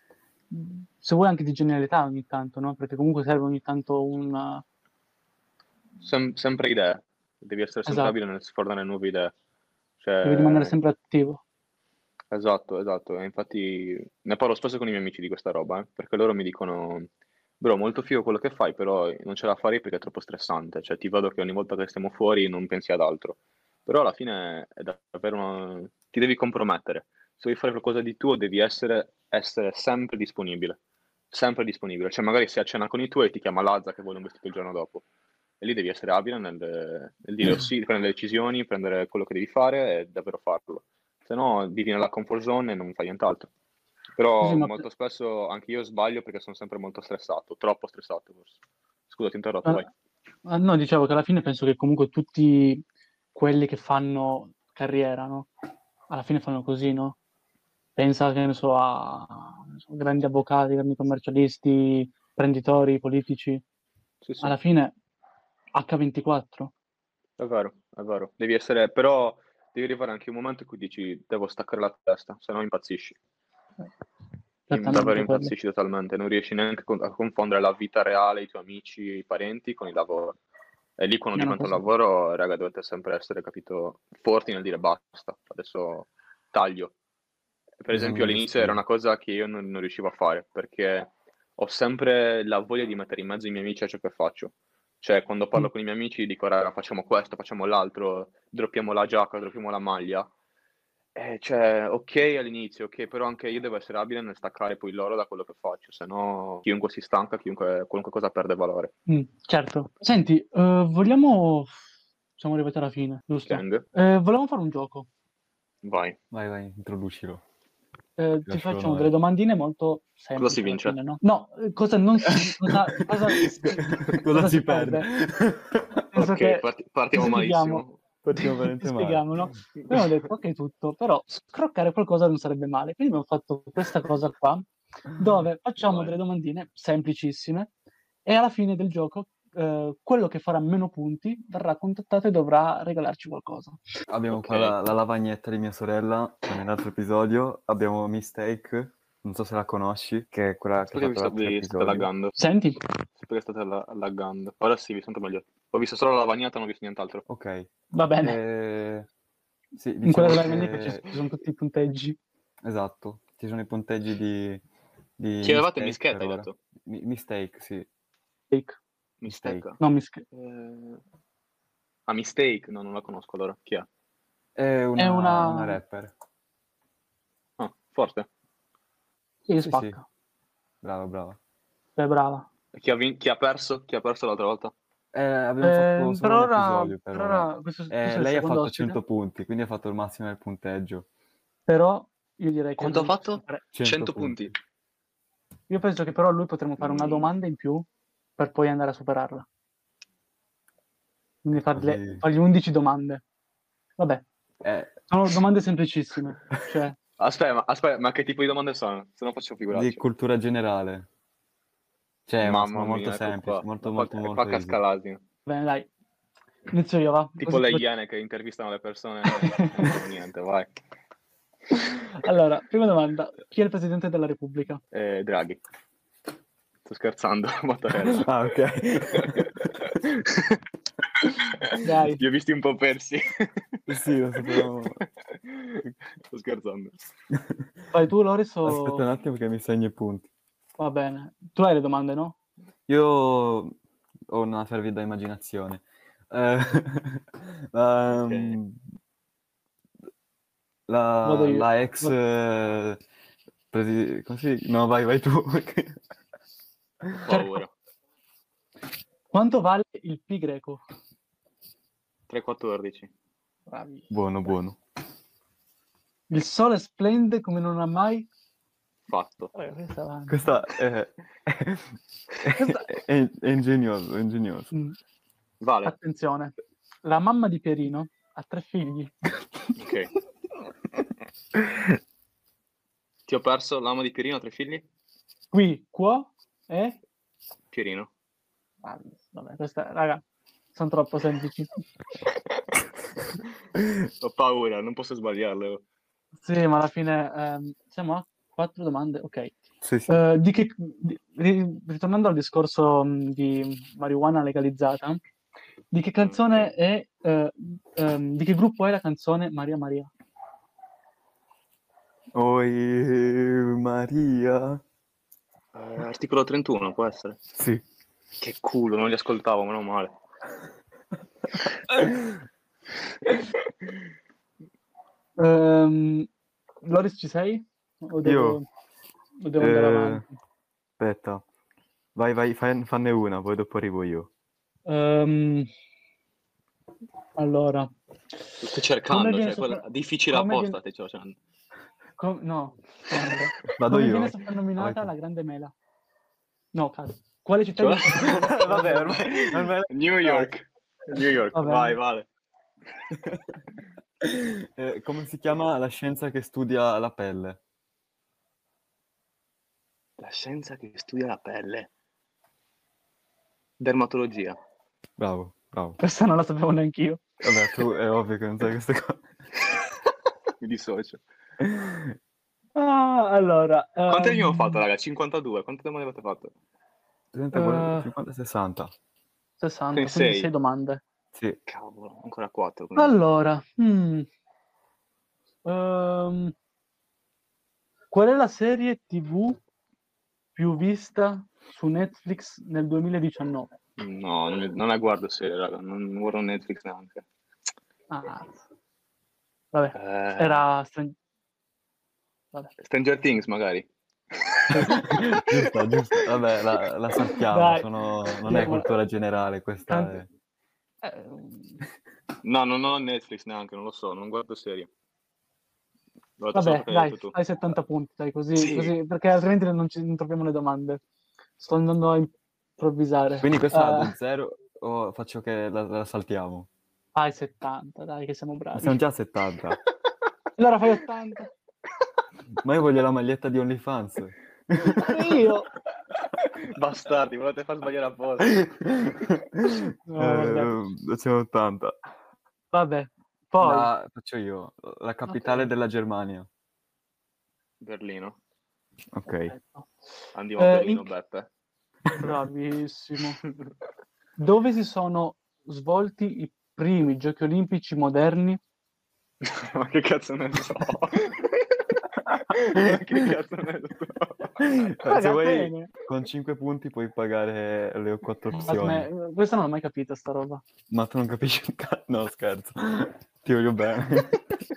[SPEAKER 3] se vuoi anche di genialità ogni tanto, no? Perché comunque serve ogni tanto una...
[SPEAKER 2] Sem- sempre idee. Devi essere sempre
[SPEAKER 3] Esatto,
[SPEAKER 2] abile nel sfordare nuove idee.
[SPEAKER 3] devi rimanere
[SPEAKER 2] Cioè,
[SPEAKER 3] sempre attivo.
[SPEAKER 2] esatto, esatto. E infatti ne parlo spesso con i miei amici di questa roba, eh, perché loro mi dicono, bro, molto figo quello che fai, però non ce la farei perché è troppo stressante. Cioè, ti vedo che ogni volta che stiamo fuori non pensi ad altro. Però alla fine è davvero una... ti devi compromettere. Se vuoi fare qualcosa di tuo, devi essere, essere sempre disponibile. Sempre disponibile. Cioè, magari sei a cena con i tuoi e ti chiama Lazza che vuole un vestito il giorno dopo. E lì devi essere abile nel, nel dire oh sì, prendere le decisioni, prendere quello che devi fare e davvero farlo. Se no vivi nella comfort zone e non fai nient'altro.
[SPEAKER 3] Sì, sì,
[SPEAKER 2] Però
[SPEAKER 3] ma...
[SPEAKER 2] molto spesso anche io sbaglio perché sono sempre molto stressato, troppo stressato forse. Scusa, ti ho interrotto, vai.
[SPEAKER 3] ah, ah, no, dicevo che alla fine penso che comunque tutti quelli che fanno carriera, no? Alla fine fanno così, no? Pensa, che ne so, a non so, grandi avvocati, grandi commercialisti, imprenditori, politici.
[SPEAKER 2] Sì, sì,
[SPEAKER 3] Alla fine acca ventiquattro.
[SPEAKER 2] è vero, è vero. Devi essere, però devi arrivare anche un momento in cui dici devo staccare la testa, se no impazzisci. In- davvero
[SPEAKER 3] Esattamente quello.
[SPEAKER 2] impazzisci totalmente, non riesci neanche con- a confondere la vita reale, i tuoi amici, i parenti con il lavoro. E lì quando
[SPEAKER 3] È una
[SPEAKER 2] diventa un
[SPEAKER 3] cosa...
[SPEAKER 2] lavoro, raga, dovete sempre essere, capito, forti nel dire basta, adesso taglio. Per esempio
[SPEAKER 1] Bisogna
[SPEAKER 2] all'inizio era
[SPEAKER 1] gestire.
[SPEAKER 2] una cosa che io non, non riuscivo a fare, perché ho sempre la voglia di mettere in mezzo i miei amici a ciò che faccio. Cioè, quando
[SPEAKER 3] Mm,
[SPEAKER 2] parlo con i miei amici dico, raga, facciamo questo, facciamo l'altro, droppiamo la giacca, droppiamo la maglia. Eh, cioè, ok all'inizio, ok, però anche io devo essere abile nel staccare poi loro da quello che faccio, se no chiunque si stanca, chiunque, qualunque cosa perde valore.
[SPEAKER 3] mm, certo. Senti, eh, vogliamo... siamo arrivati alla fine, giusto?
[SPEAKER 2] Gang,
[SPEAKER 3] Eh, volevamo fare un gioco.
[SPEAKER 2] vai.
[SPEAKER 1] Vai, vai, introducilo.
[SPEAKER 3] Eh,
[SPEAKER 1] Ti
[SPEAKER 3] ti
[SPEAKER 1] lascio
[SPEAKER 3] facciamo delle
[SPEAKER 1] l'onore.
[SPEAKER 3] domandine molto
[SPEAKER 2] Cosa si
[SPEAKER 3] semplici alla
[SPEAKER 2] vince?
[SPEAKER 3] fine, no? No, eh, cosa non si... cosa, cosa,
[SPEAKER 1] Cosa
[SPEAKER 3] cosa
[SPEAKER 1] si
[SPEAKER 3] si
[SPEAKER 1] perde?
[SPEAKER 3] perde? Nel senso
[SPEAKER 2] Ok,
[SPEAKER 3] che
[SPEAKER 2] parti-
[SPEAKER 3] ti
[SPEAKER 2] partiamo
[SPEAKER 3] spieghiamo,
[SPEAKER 2] malissimo.
[SPEAKER 1] Partiamo
[SPEAKER 3] ti
[SPEAKER 1] veramente male.
[SPEAKER 3] spieghiamo, no? Abbiamo detto, ok, tutto, però scroccare qualcosa non sarebbe male. Quindi abbiamo fatto questa cosa qua, dove facciamo
[SPEAKER 2] Vai.
[SPEAKER 3] delle domandine semplicissime e alla fine del gioco eh, quello che farà meno punti verrà contattato e dovrà regalarci qualcosa.
[SPEAKER 1] Abbiamo qua
[SPEAKER 2] Ok.
[SPEAKER 1] la, la lavagnetta di mia sorella, come nell'altro episodio. Abbiamo Mistake, non so se la conosci, che è quella che ha
[SPEAKER 2] Perché vi,
[SPEAKER 1] fatto
[SPEAKER 2] sta-
[SPEAKER 1] l'altro
[SPEAKER 2] vi state
[SPEAKER 1] episodio.
[SPEAKER 2] laggando?
[SPEAKER 3] Senti?
[SPEAKER 2] Perché state la- laggando? Ora sì, vi sento meglio. Ho visto solo la lavagnata, non ho visto nient'altro.
[SPEAKER 1] Ok.
[SPEAKER 3] Va bene.
[SPEAKER 1] Eh, sì,
[SPEAKER 3] In quella
[SPEAKER 1] dicevo
[SPEAKER 3] della vendita ci
[SPEAKER 1] che...
[SPEAKER 3] ci sono tutti i punteggi.
[SPEAKER 1] Esatto, ci sono i punteggi di, di
[SPEAKER 2] Chi avevate
[SPEAKER 1] Mistake per
[SPEAKER 2] mischetta, hai
[SPEAKER 1] ora.
[SPEAKER 2] detto?
[SPEAKER 1] Mi- mistake, sì.
[SPEAKER 3] Mistake.
[SPEAKER 1] Mistake.
[SPEAKER 2] Mistecca?
[SPEAKER 3] No, misch-
[SPEAKER 2] Eh... Ah, Mistake? No, non la conosco allora. Chi è?
[SPEAKER 1] È
[SPEAKER 3] è
[SPEAKER 1] una, una
[SPEAKER 3] una...
[SPEAKER 1] rapper.
[SPEAKER 2] Ah, forte.
[SPEAKER 3] Sì,
[SPEAKER 1] Sì, sì,
[SPEAKER 3] spacca.
[SPEAKER 1] brava, brava.
[SPEAKER 3] È brava.
[SPEAKER 2] E Chi ha, vin- chi ha perso? Chi ha perso l'altra volta?
[SPEAKER 1] Eh, abbiamo fatto
[SPEAKER 3] Eh, per
[SPEAKER 1] solo un
[SPEAKER 3] ora,
[SPEAKER 1] episodio per
[SPEAKER 3] per
[SPEAKER 1] ora.
[SPEAKER 3] ora questo,
[SPEAKER 1] Eh,
[SPEAKER 3] questo è il
[SPEAKER 1] lei ha
[SPEAKER 3] secondo
[SPEAKER 1] fatto
[SPEAKER 3] ospite,
[SPEAKER 1] cento punti, quindi ha fatto il massimo del punteggio.
[SPEAKER 3] però io direi che
[SPEAKER 2] Quanto ha
[SPEAKER 3] lui...
[SPEAKER 2] fatto?
[SPEAKER 1] cento
[SPEAKER 2] cento punti.
[SPEAKER 1] punti.
[SPEAKER 3] Io penso che però a lui potremmo fare una
[SPEAKER 2] Minchia.
[SPEAKER 3] domanda in più per poi andare a superarla. Quindi farle-
[SPEAKER 1] Così...
[SPEAKER 3] fargli undici domande. Vabbè,
[SPEAKER 1] Eh,
[SPEAKER 3] sono domande semplicissime. Cioè,
[SPEAKER 2] Aspetta, ma, aspetta, ma che tipo di domande sono? Se no faccio
[SPEAKER 1] di
[SPEAKER 2] figuracce.
[SPEAKER 1] cultura generale. Cioè, ma
[SPEAKER 2] Mamma
[SPEAKER 1] sono molto
[SPEAKER 2] mia, ecco
[SPEAKER 1] semplici,
[SPEAKER 2] qua.
[SPEAKER 1] molto,
[SPEAKER 2] Ma qua,
[SPEAKER 1] molto,
[SPEAKER 2] è qua
[SPEAKER 1] molto easy.
[SPEAKER 2] casca l'asino.
[SPEAKER 3] bene, dai. Inizio io, va.
[SPEAKER 2] Tipo
[SPEAKER 3] Così
[SPEAKER 2] le
[SPEAKER 3] ti
[SPEAKER 2] iene che intervistano le persone non fanno niente, vai.
[SPEAKER 3] Allora, prima domanda. Chi è il presidente della Repubblica?
[SPEAKER 2] Eh, Draghi. Sto scherzando, Mattarella.
[SPEAKER 1] Ah, ok.
[SPEAKER 3] Dai.
[SPEAKER 2] Li ho visti un po' persi.
[SPEAKER 1] Sì, lo sapevo.
[SPEAKER 2] Sto scherzando.
[SPEAKER 3] Vai tu, Loris,
[SPEAKER 1] Aspetta un
[SPEAKER 3] o...
[SPEAKER 1] attimo che mi segno i punti.
[SPEAKER 3] Va bene. Tu hai le domande, no?
[SPEAKER 1] Io ho una fervida immaginazione. Eh,
[SPEAKER 2] Ok.
[SPEAKER 1] ehm,
[SPEAKER 3] Vado
[SPEAKER 1] la,
[SPEAKER 3] io.
[SPEAKER 1] la ex...
[SPEAKER 3] Va-
[SPEAKER 1] eh, presi- come si... No, vai, vai tu.
[SPEAKER 2] Ho paura.
[SPEAKER 3] Quanto vale il pi greco?
[SPEAKER 2] tre quattordici.
[SPEAKER 3] Bravi.
[SPEAKER 1] Buono,
[SPEAKER 3] Dai.
[SPEAKER 1] buono.
[SPEAKER 3] Il sole splende come non ha mai...
[SPEAKER 2] Fatto.
[SPEAKER 3] Eh, questa va-
[SPEAKER 1] Questa è, è,
[SPEAKER 3] Questa-
[SPEAKER 1] è, è ingegnoso, è ingegnoso.
[SPEAKER 3] Mm.
[SPEAKER 2] Vale.
[SPEAKER 3] Attenzione, la mamma di Pierino ha tre figli.
[SPEAKER 2] Ok. Ti ho perso l'amo di Pierino, tre figli?
[SPEAKER 3] Qui, qua e...
[SPEAKER 2] Pierino.
[SPEAKER 3] Ah, vabbè, questa, raga, sono troppo semplici.
[SPEAKER 2] Ho paura, non posso sbagliarle.
[SPEAKER 3] Sì, ma alla fine ehm, siamo a quattro domande, ok.
[SPEAKER 1] Sì, sì.
[SPEAKER 3] Eh, di che, di- ri- ritornando al discorso mh, di marijuana legalizzata, di che canzone è, eh, ehm, di che gruppo è la canzone Maria Maria?
[SPEAKER 1] Oi Maria.
[SPEAKER 2] Eh, articolo trentuno, può essere?
[SPEAKER 1] Sì.
[SPEAKER 2] Che culo, non li ascoltavo, meno male.
[SPEAKER 3] Ehm, Loris, ci sei? O devo,
[SPEAKER 1] Io...
[SPEAKER 3] o devo andare
[SPEAKER 1] eh,
[SPEAKER 3] avanti?
[SPEAKER 1] Aspetta. Vai, vai, fai- fanne una, poi dopo arrivo io.
[SPEAKER 3] Ehm, allora,
[SPEAKER 2] Lo stai
[SPEAKER 3] come
[SPEAKER 2] cercando,
[SPEAKER 3] viene
[SPEAKER 2] cioè,
[SPEAKER 3] sopra-
[SPEAKER 2] quella difficile
[SPEAKER 3] come
[SPEAKER 2] apposta
[SPEAKER 3] viene-
[SPEAKER 2] stai cercando.
[SPEAKER 3] com- no, guarda.
[SPEAKER 1] Vado
[SPEAKER 3] Come
[SPEAKER 1] io?
[SPEAKER 3] viene soprannominata
[SPEAKER 1] Vai tu.
[SPEAKER 3] la Grande Mela? No, cazzo. Quale città
[SPEAKER 2] Cioè?
[SPEAKER 3] viene soprannominata la
[SPEAKER 1] Vabbè,
[SPEAKER 3] Grande
[SPEAKER 1] ormai...
[SPEAKER 3] Mela?
[SPEAKER 1] ormai...
[SPEAKER 2] New York. New York,
[SPEAKER 3] Va bene.
[SPEAKER 2] vai, vale.
[SPEAKER 1] Eh, come si chiama la scienza che studia la pelle?
[SPEAKER 2] La scienza che studia la pelle. Dermatologia.
[SPEAKER 1] Bravo, bravo.
[SPEAKER 3] Questa non la sapevo neanche io.
[SPEAKER 1] Vabbè, tu è ovvio che non sai queste cose.
[SPEAKER 2] Mi dissocio.
[SPEAKER 3] Ah, allora.
[SPEAKER 2] Quante ne abbiamo
[SPEAKER 3] ehm,
[SPEAKER 2] fatto, raga? cinquantadue. Quante domande avete fatto?
[SPEAKER 1] trenta,
[SPEAKER 3] Eh,
[SPEAKER 1] cinquanta, sessanta.
[SPEAKER 3] sessanta,
[SPEAKER 2] Quindi
[SPEAKER 3] quindi
[SPEAKER 2] sei.
[SPEAKER 3] sei domande.
[SPEAKER 1] Sì.
[SPEAKER 2] Cavolo, ancora quattro.
[SPEAKER 3] Allora, hmm, ehm, qual è la serie tivù più vista su Netflix nel duemiladiciannove?
[SPEAKER 2] No, non, non la guardo serie, raga. Non guardo Netflix neanche.
[SPEAKER 3] Ah, vabbè,
[SPEAKER 2] Eh,
[SPEAKER 3] era Stran- vabbè.
[SPEAKER 2] Stranger Things, magari.
[SPEAKER 1] Giusta, giusta. Vabbè, la, la saltiamo,
[SPEAKER 3] Dai,
[SPEAKER 1] sono... non è
[SPEAKER 3] diamola-
[SPEAKER 1] cultura generale, questa
[SPEAKER 3] tanto-
[SPEAKER 1] è...
[SPEAKER 3] eh,
[SPEAKER 2] No, non ho Netflix neanche, non lo so, non guardo serie. L'altra
[SPEAKER 3] vabbè,
[SPEAKER 2] volta che hai
[SPEAKER 3] dai,
[SPEAKER 2] detto tu.
[SPEAKER 3] hai settanta punti, dai, così,
[SPEAKER 2] Sì.
[SPEAKER 3] così, perché altrimenti non, ci, non troviamo le domande. Sto andando a improvvisare.
[SPEAKER 1] Quindi questa
[SPEAKER 3] Eh,
[SPEAKER 1] do zero o faccio che la, la saltiamo?
[SPEAKER 3] hai settanta, dai, che siamo
[SPEAKER 1] Ma
[SPEAKER 3] bravi.
[SPEAKER 1] siamo già a settanta.
[SPEAKER 3] Allora fai ottanta.
[SPEAKER 1] Ma io voglio la maglietta di OnlyFans.
[SPEAKER 3] Pure io.
[SPEAKER 2] Bastardi, volete far sbagliare apposta.
[SPEAKER 3] No, vabbè.
[SPEAKER 1] Eh, siamo ottanta.
[SPEAKER 3] Vabbè, poi.
[SPEAKER 1] La, faccio io. La capitale
[SPEAKER 3] Ok.
[SPEAKER 1] della Germania.
[SPEAKER 2] Berlino.
[SPEAKER 1] Ok.
[SPEAKER 3] Perfetto.
[SPEAKER 2] Andiamo a
[SPEAKER 3] Eh,
[SPEAKER 2] Berlino,
[SPEAKER 3] in-
[SPEAKER 2] Beppe.
[SPEAKER 3] Bravissimo. Dove si sono svolti i primi giochi olimpici moderni?
[SPEAKER 2] Ma che cazzo ne so? Ma che cazzo ne so?
[SPEAKER 1] Se
[SPEAKER 3] Raga,
[SPEAKER 1] vuoi,
[SPEAKER 3] bene.
[SPEAKER 1] con cinque punti puoi pagare le quattro
[SPEAKER 3] Ma
[SPEAKER 1] opzioni.
[SPEAKER 3] sme- questa non l'ho mai capita, sta roba.
[SPEAKER 1] Ma tu non capisci un cazzo. No, scherzo. Ti voglio bene.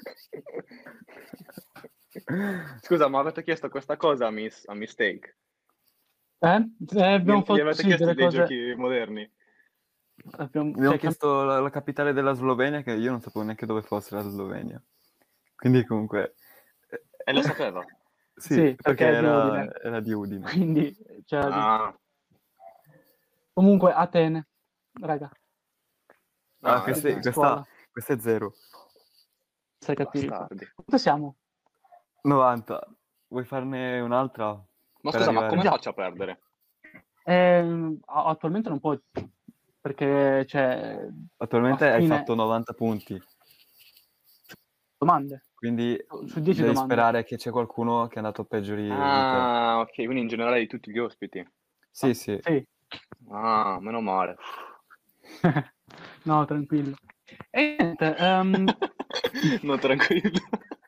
[SPEAKER 2] Scusa, ma avete chiesto questa cosa a Miss a Mistake?
[SPEAKER 3] Eh? Eh, abbiamo
[SPEAKER 2] Gli, gli
[SPEAKER 3] fatto
[SPEAKER 2] avete
[SPEAKER 3] sì,
[SPEAKER 2] chiesto
[SPEAKER 3] delle
[SPEAKER 2] dei
[SPEAKER 3] cose.
[SPEAKER 2] giochi moderni?
[SPEAKER 3] Abbiamo,
[SPEAKER 1] Abbiamo
[SPEAKER 3] cioè,
[SPEAKER 1] chiesto la, la capitale della Slovenia, che io non sapevo neanche dove fosse la Slovenia. Quindi comunque... eh,
[SPEAKER 2] E lo sapeva?
[SPEAKER 1] Sì,
[SPEAKER 3] Sì,
[SPEAKER 1] perché
[SPEAKER 3] perché è di
[SPEAKER 1] era,
[SPEAKER 3] Udine.
[SPEAKER 1] era di Udine.
[SPEAKER 3] Quindi c'era di-
[SPEAKER 2] Ah,
[SPEAKER 3] Comunque Atene, raga,
[SPEAKER 1] Ah,
[SPEAKER 2] ah,
[SPEAKER 1] queste-
[SPEAKER 2] dai.
[SPEAKER 1] questa,
[SPEAKER 3] scuola,
[SPEAKER 1] questa è zero.
[SPEAKER 3] sei cattivi.
[SPEAKER 2] Bastardi.
[SPEAKER 3] Quanto siamo?
[SPEAKER 1] novanta. Vuoi farne un'altra?
[SPEAKER 2] Ma
[SPEAKER 1] Per
[SPEAKER 2] scusa, ma
[SPEAKER 1] arrivare?
[SPEAKER 2] come
[SPEAKER 3] Già.
[SPEAKER 2] faccio a perdere?
[SPEAKER 3] Ehm, a- attualmente non puoi, perché c'è
[SPEAKER 1] Attualmente
[SPEAKER 3] a
[SPEAKER 1] hai
[SPEAKER 3] fine
[SPEAKER 1] fatto novanta punti,
[SPEAKER 3] domande,
[SPEAKER 1] quindi
[SPEAKER 3] su dieci
[SPEAKER 1] devi
[SPEAKER 3] domande.
[SPEAKER 1] sperare che c'è qualcuno che è andato peggio di, di te.
[SPEAKER 2] Ah, ok, quindi in generale di tutti gli ospiti.
[SPEAKER 1] Sì, sì.
[SPEAKER 3] Sì.
[SPEAKER 2] Ah, meno male.
[SPEAKER 3] No, tranquillo. E niente, ehm,
[SPEAKER 2] No, tranquillo.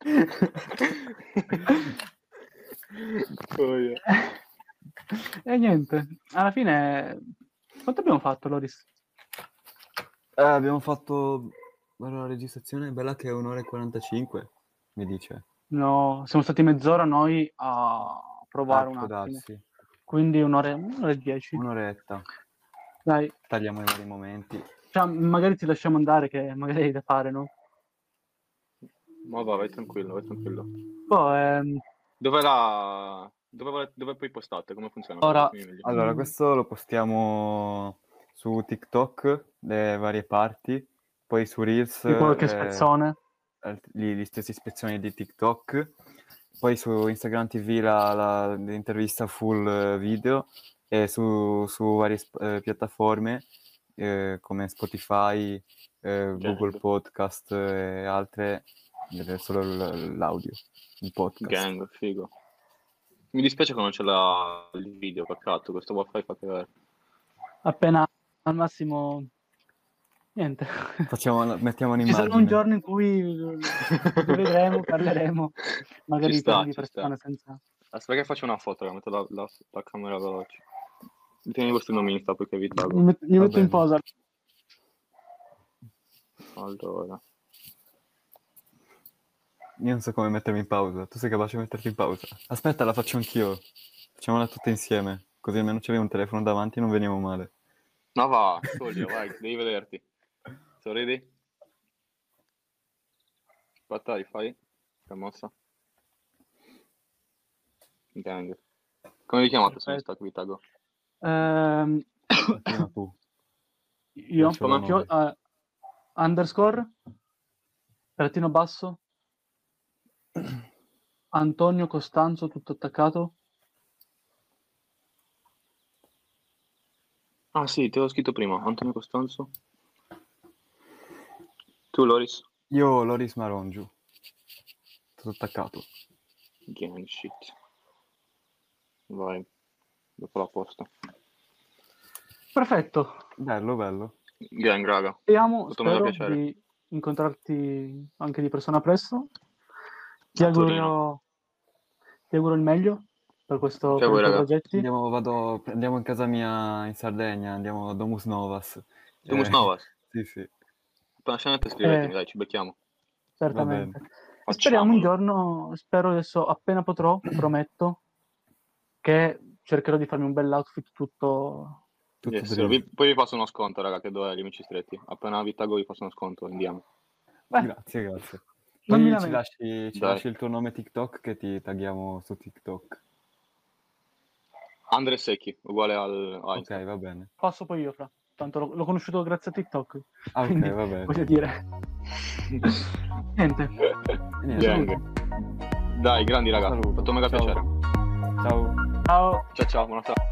[SPEAKER 2] Oh, yeah.
[SPEAKER 3] e niente, alla fine quanto abbiamo fatto, Loris?
[SPEAKER 1] Eh, abbiamo fatto... Guarda, la registrazione è bella che è un'ora e quarantacinque, mi dice.
[SPEAKER 3] No, siamo stati mezz'ora noi a provare
[SPEAKER 1] Ah,
[SPEAKER 3] un
[SPEAKER 1] può
[SPEAKER 3] attimo,
[SPEAKER 1] darsi.
[SPEAKER 3] quindi un'ora, un'ora e dieci.
[SPEAKER 1] Un'oretta.
[SPEAKER 3] Dai,
[SPEAKER 1] Tagliamo i vari momenti.
[SPEAKER 3] cioè, magari ti lasciamo andare, che magari hai da fare, no?
[SPEAKER 2] Ma va, vai tranquillo, vai tranquillo.
[SPEAKER 3] Poi, ehm,
[SPEAKER 2] Dove la... Dove, volete- dove poi postate? Come funziona?
[SPEAKER 3] ora,
[SPEAKER 2] Dimmi meglio.
[SPEAKER 1] Allora,
[SPEAKER 3] mm,
[SPEAKER 1] questo lo postiamo su TikTok le varie parti, poi su Reels
[SPEAKER 3] Tipo qualche
[SPEAKER 1] eh,
[SPEAKER 3] spezzone.
[SPEAKER 1] eh, gli, gli stessi spezzoni di TikTok, poi su Instagram T V la, la- l'intervista full eh, video e su, su varie sp- eh, piattaforme eh, come Spotify, eh, Google
[SPEAKER 2] Gang.
[SPEAKER 1] Podcast e altre, eh, solo l- l'audio, il podcast.
[SPEAKER 2] Gang, figo. Mi dispiace che non c'è la... il video, peccato, questo wifi fa cagare.
[SPEAKER 3] Appena al massimo... Niente.
[SPEAKER 1] Facciamo, mettiamo
[SPEAKER 3] Ci sarà un
[SPEAKER 1] un'immagine.
[SPEAKER 3] giorno in cui ci vedremo, parleremo, magari
[SPEAKER 2] Ci sta,
[SPEAKER 3] per di
[SPEAKER 2] ci
[SPEAKER 3] persone
[SPEAKER 2] sta.
[SPEAKER 3] senza...
[SPEAKER 2] Aspetta che faccio una foto, raga, metto la, la, la camera veloce. Tieni questo nome Insta poi che vi
[SPEAKER 3] Mi,
[SPEAKER 2] tago.
[SPEAKER 3] met- mi
[SPEAKER 1] Va
[SPEAKER 3] metto in
[SPEAKER 1] bene.
[SPEAKER 3] posa.
[SPEAKER 2] Allora.
[SPEAKER 1] Io non so come mettermi in pausa. Tu sei capace di metterti in pausa? Aspetta, la faccio anch'io. Facciamola tutte insieme. Così almeno c'è un telefono davanti e non veniamo male.
[SPEAKER 2] No va, Solio, vai, devi vederti. Sorridi? Aspetta, rifai. Che mossa. Gang. Come vi chiamate su Insta che vi tago?
[SPEAKER 3] Ehm,
[SPEAKER 1] Prima tu.
[SPEAKER 3] io,
[SPEAKER 1] Lascio
[SPEAKER 2] Come?
[SPEAKER 3] Chio- eh, underscore, trattino basso, Antonio Costanzo, tutto attaccato.
[SPEAKER 2] Ah sì, te l'ho scritto prima, Antonio Costanzo. Tu Loris?
[SPEAKER 1] Io Loris Marongiu. Tutto attaccato.
[SPEAKER 2] Gang shit. Vai. Dopo la posta.
[SPEAKER 3] Perfetto.
[SPEAKER 1] Bello, bello.
[SPEAKER 2] Gang, raga.
[SPEAKER 3] Speriamo,
[SPEAKER 2] Tutto mega
[SPEAKER 3] spero
[SPEAKER 2] piacere.
[SPEAKER 3] di incontrarti anche di persona presto. Ti
[SPEAKER 2] A
[SPEAKER 3] auguro,
[SPEAKER 2] Torino.
[SPEAKER 3] ti auguro il meglio per questo
[SPEAKER 2] Ciao,
[SPEAKER 3] per i tuoi
[SPEAKER 2] raga.
[SPEAKER 3] progetti.
[SPEAKER 1] Andiamo, vado, andiamo in casa mia in Sardegna, andiamo a Domus Novas.
[SPEAKER 2] Domus
[SPEAKER 1] Eh,
[SPEAKER 2] Novas?
[SPEAKER 1] Sì, sì.
[SPEAKER 2] Appena scenete scrivetemi,
[SPEAKER 3] Eh.
[SPEAKER 2] dai, ci becchiamo.
[SPEAKER 3] Certamente.
[SPEAKER 1] bene.
[SPEAKER 3] E speriamo un
[SPEAKER 2] Facciamolo.
[SPEAKER 3] giorno, spero adesso appena potrò, prometto, che cercherò di farmi un bel outfit tutto...
[SPEAKER 1] Tutto
[SPEAKER 2] Yes,
[SPEAKER 1] drill.
[SPEAKER 2] vi- poi vi faccio uno sconto, raga, che dov'è gli amici stretti. Appena vi tago vi faccio uno sconto, andiamo.
[SPEAKER 3] Beh,
[SPEAKER 1] Grazie, grazie.
[SPEAKER 3] non mi
[SPEAKER 1] Poi ci
[SPEAKER 3] lamento.
[SPEAKER 1] lasci, ci
[SPEAKER 2] Dai.
[SPEAKER 1] lasci il tuo nome TikTok che ti tagghiamo su TikTok.
[SPEAKER 2] Andre Secchi, uguale al a
[SPEAKER 1] Ok,
[SPEAKER 2] Insta.
[SPEAKER 1] va bene.
[SPEAKER 3] Passo poi io, fra. Tanto l'ho, l'ho conosciuto grazie a TikTok.
[SPEAKER 1] Ah, ok,
[SPEAKER 3] Quindi,
[SPEAKER 1] va bene.
[SPEAKER 3] voglio dire... Niente.
[SPEAKER 1] Niente.
[SPEAKER 2] Gang. Dai, grandi raga,
[SPEAKER 1] Saluto.
[SPEAKER 2] fatto mega
[SPEAKER 1] Ciao.
[SPEAKER 2] piacere.
[SPEAKER 1] Ciao.
[SPEAKER 3] Ciao.
[SPEAKER 2] Ciao ciao, buonasera.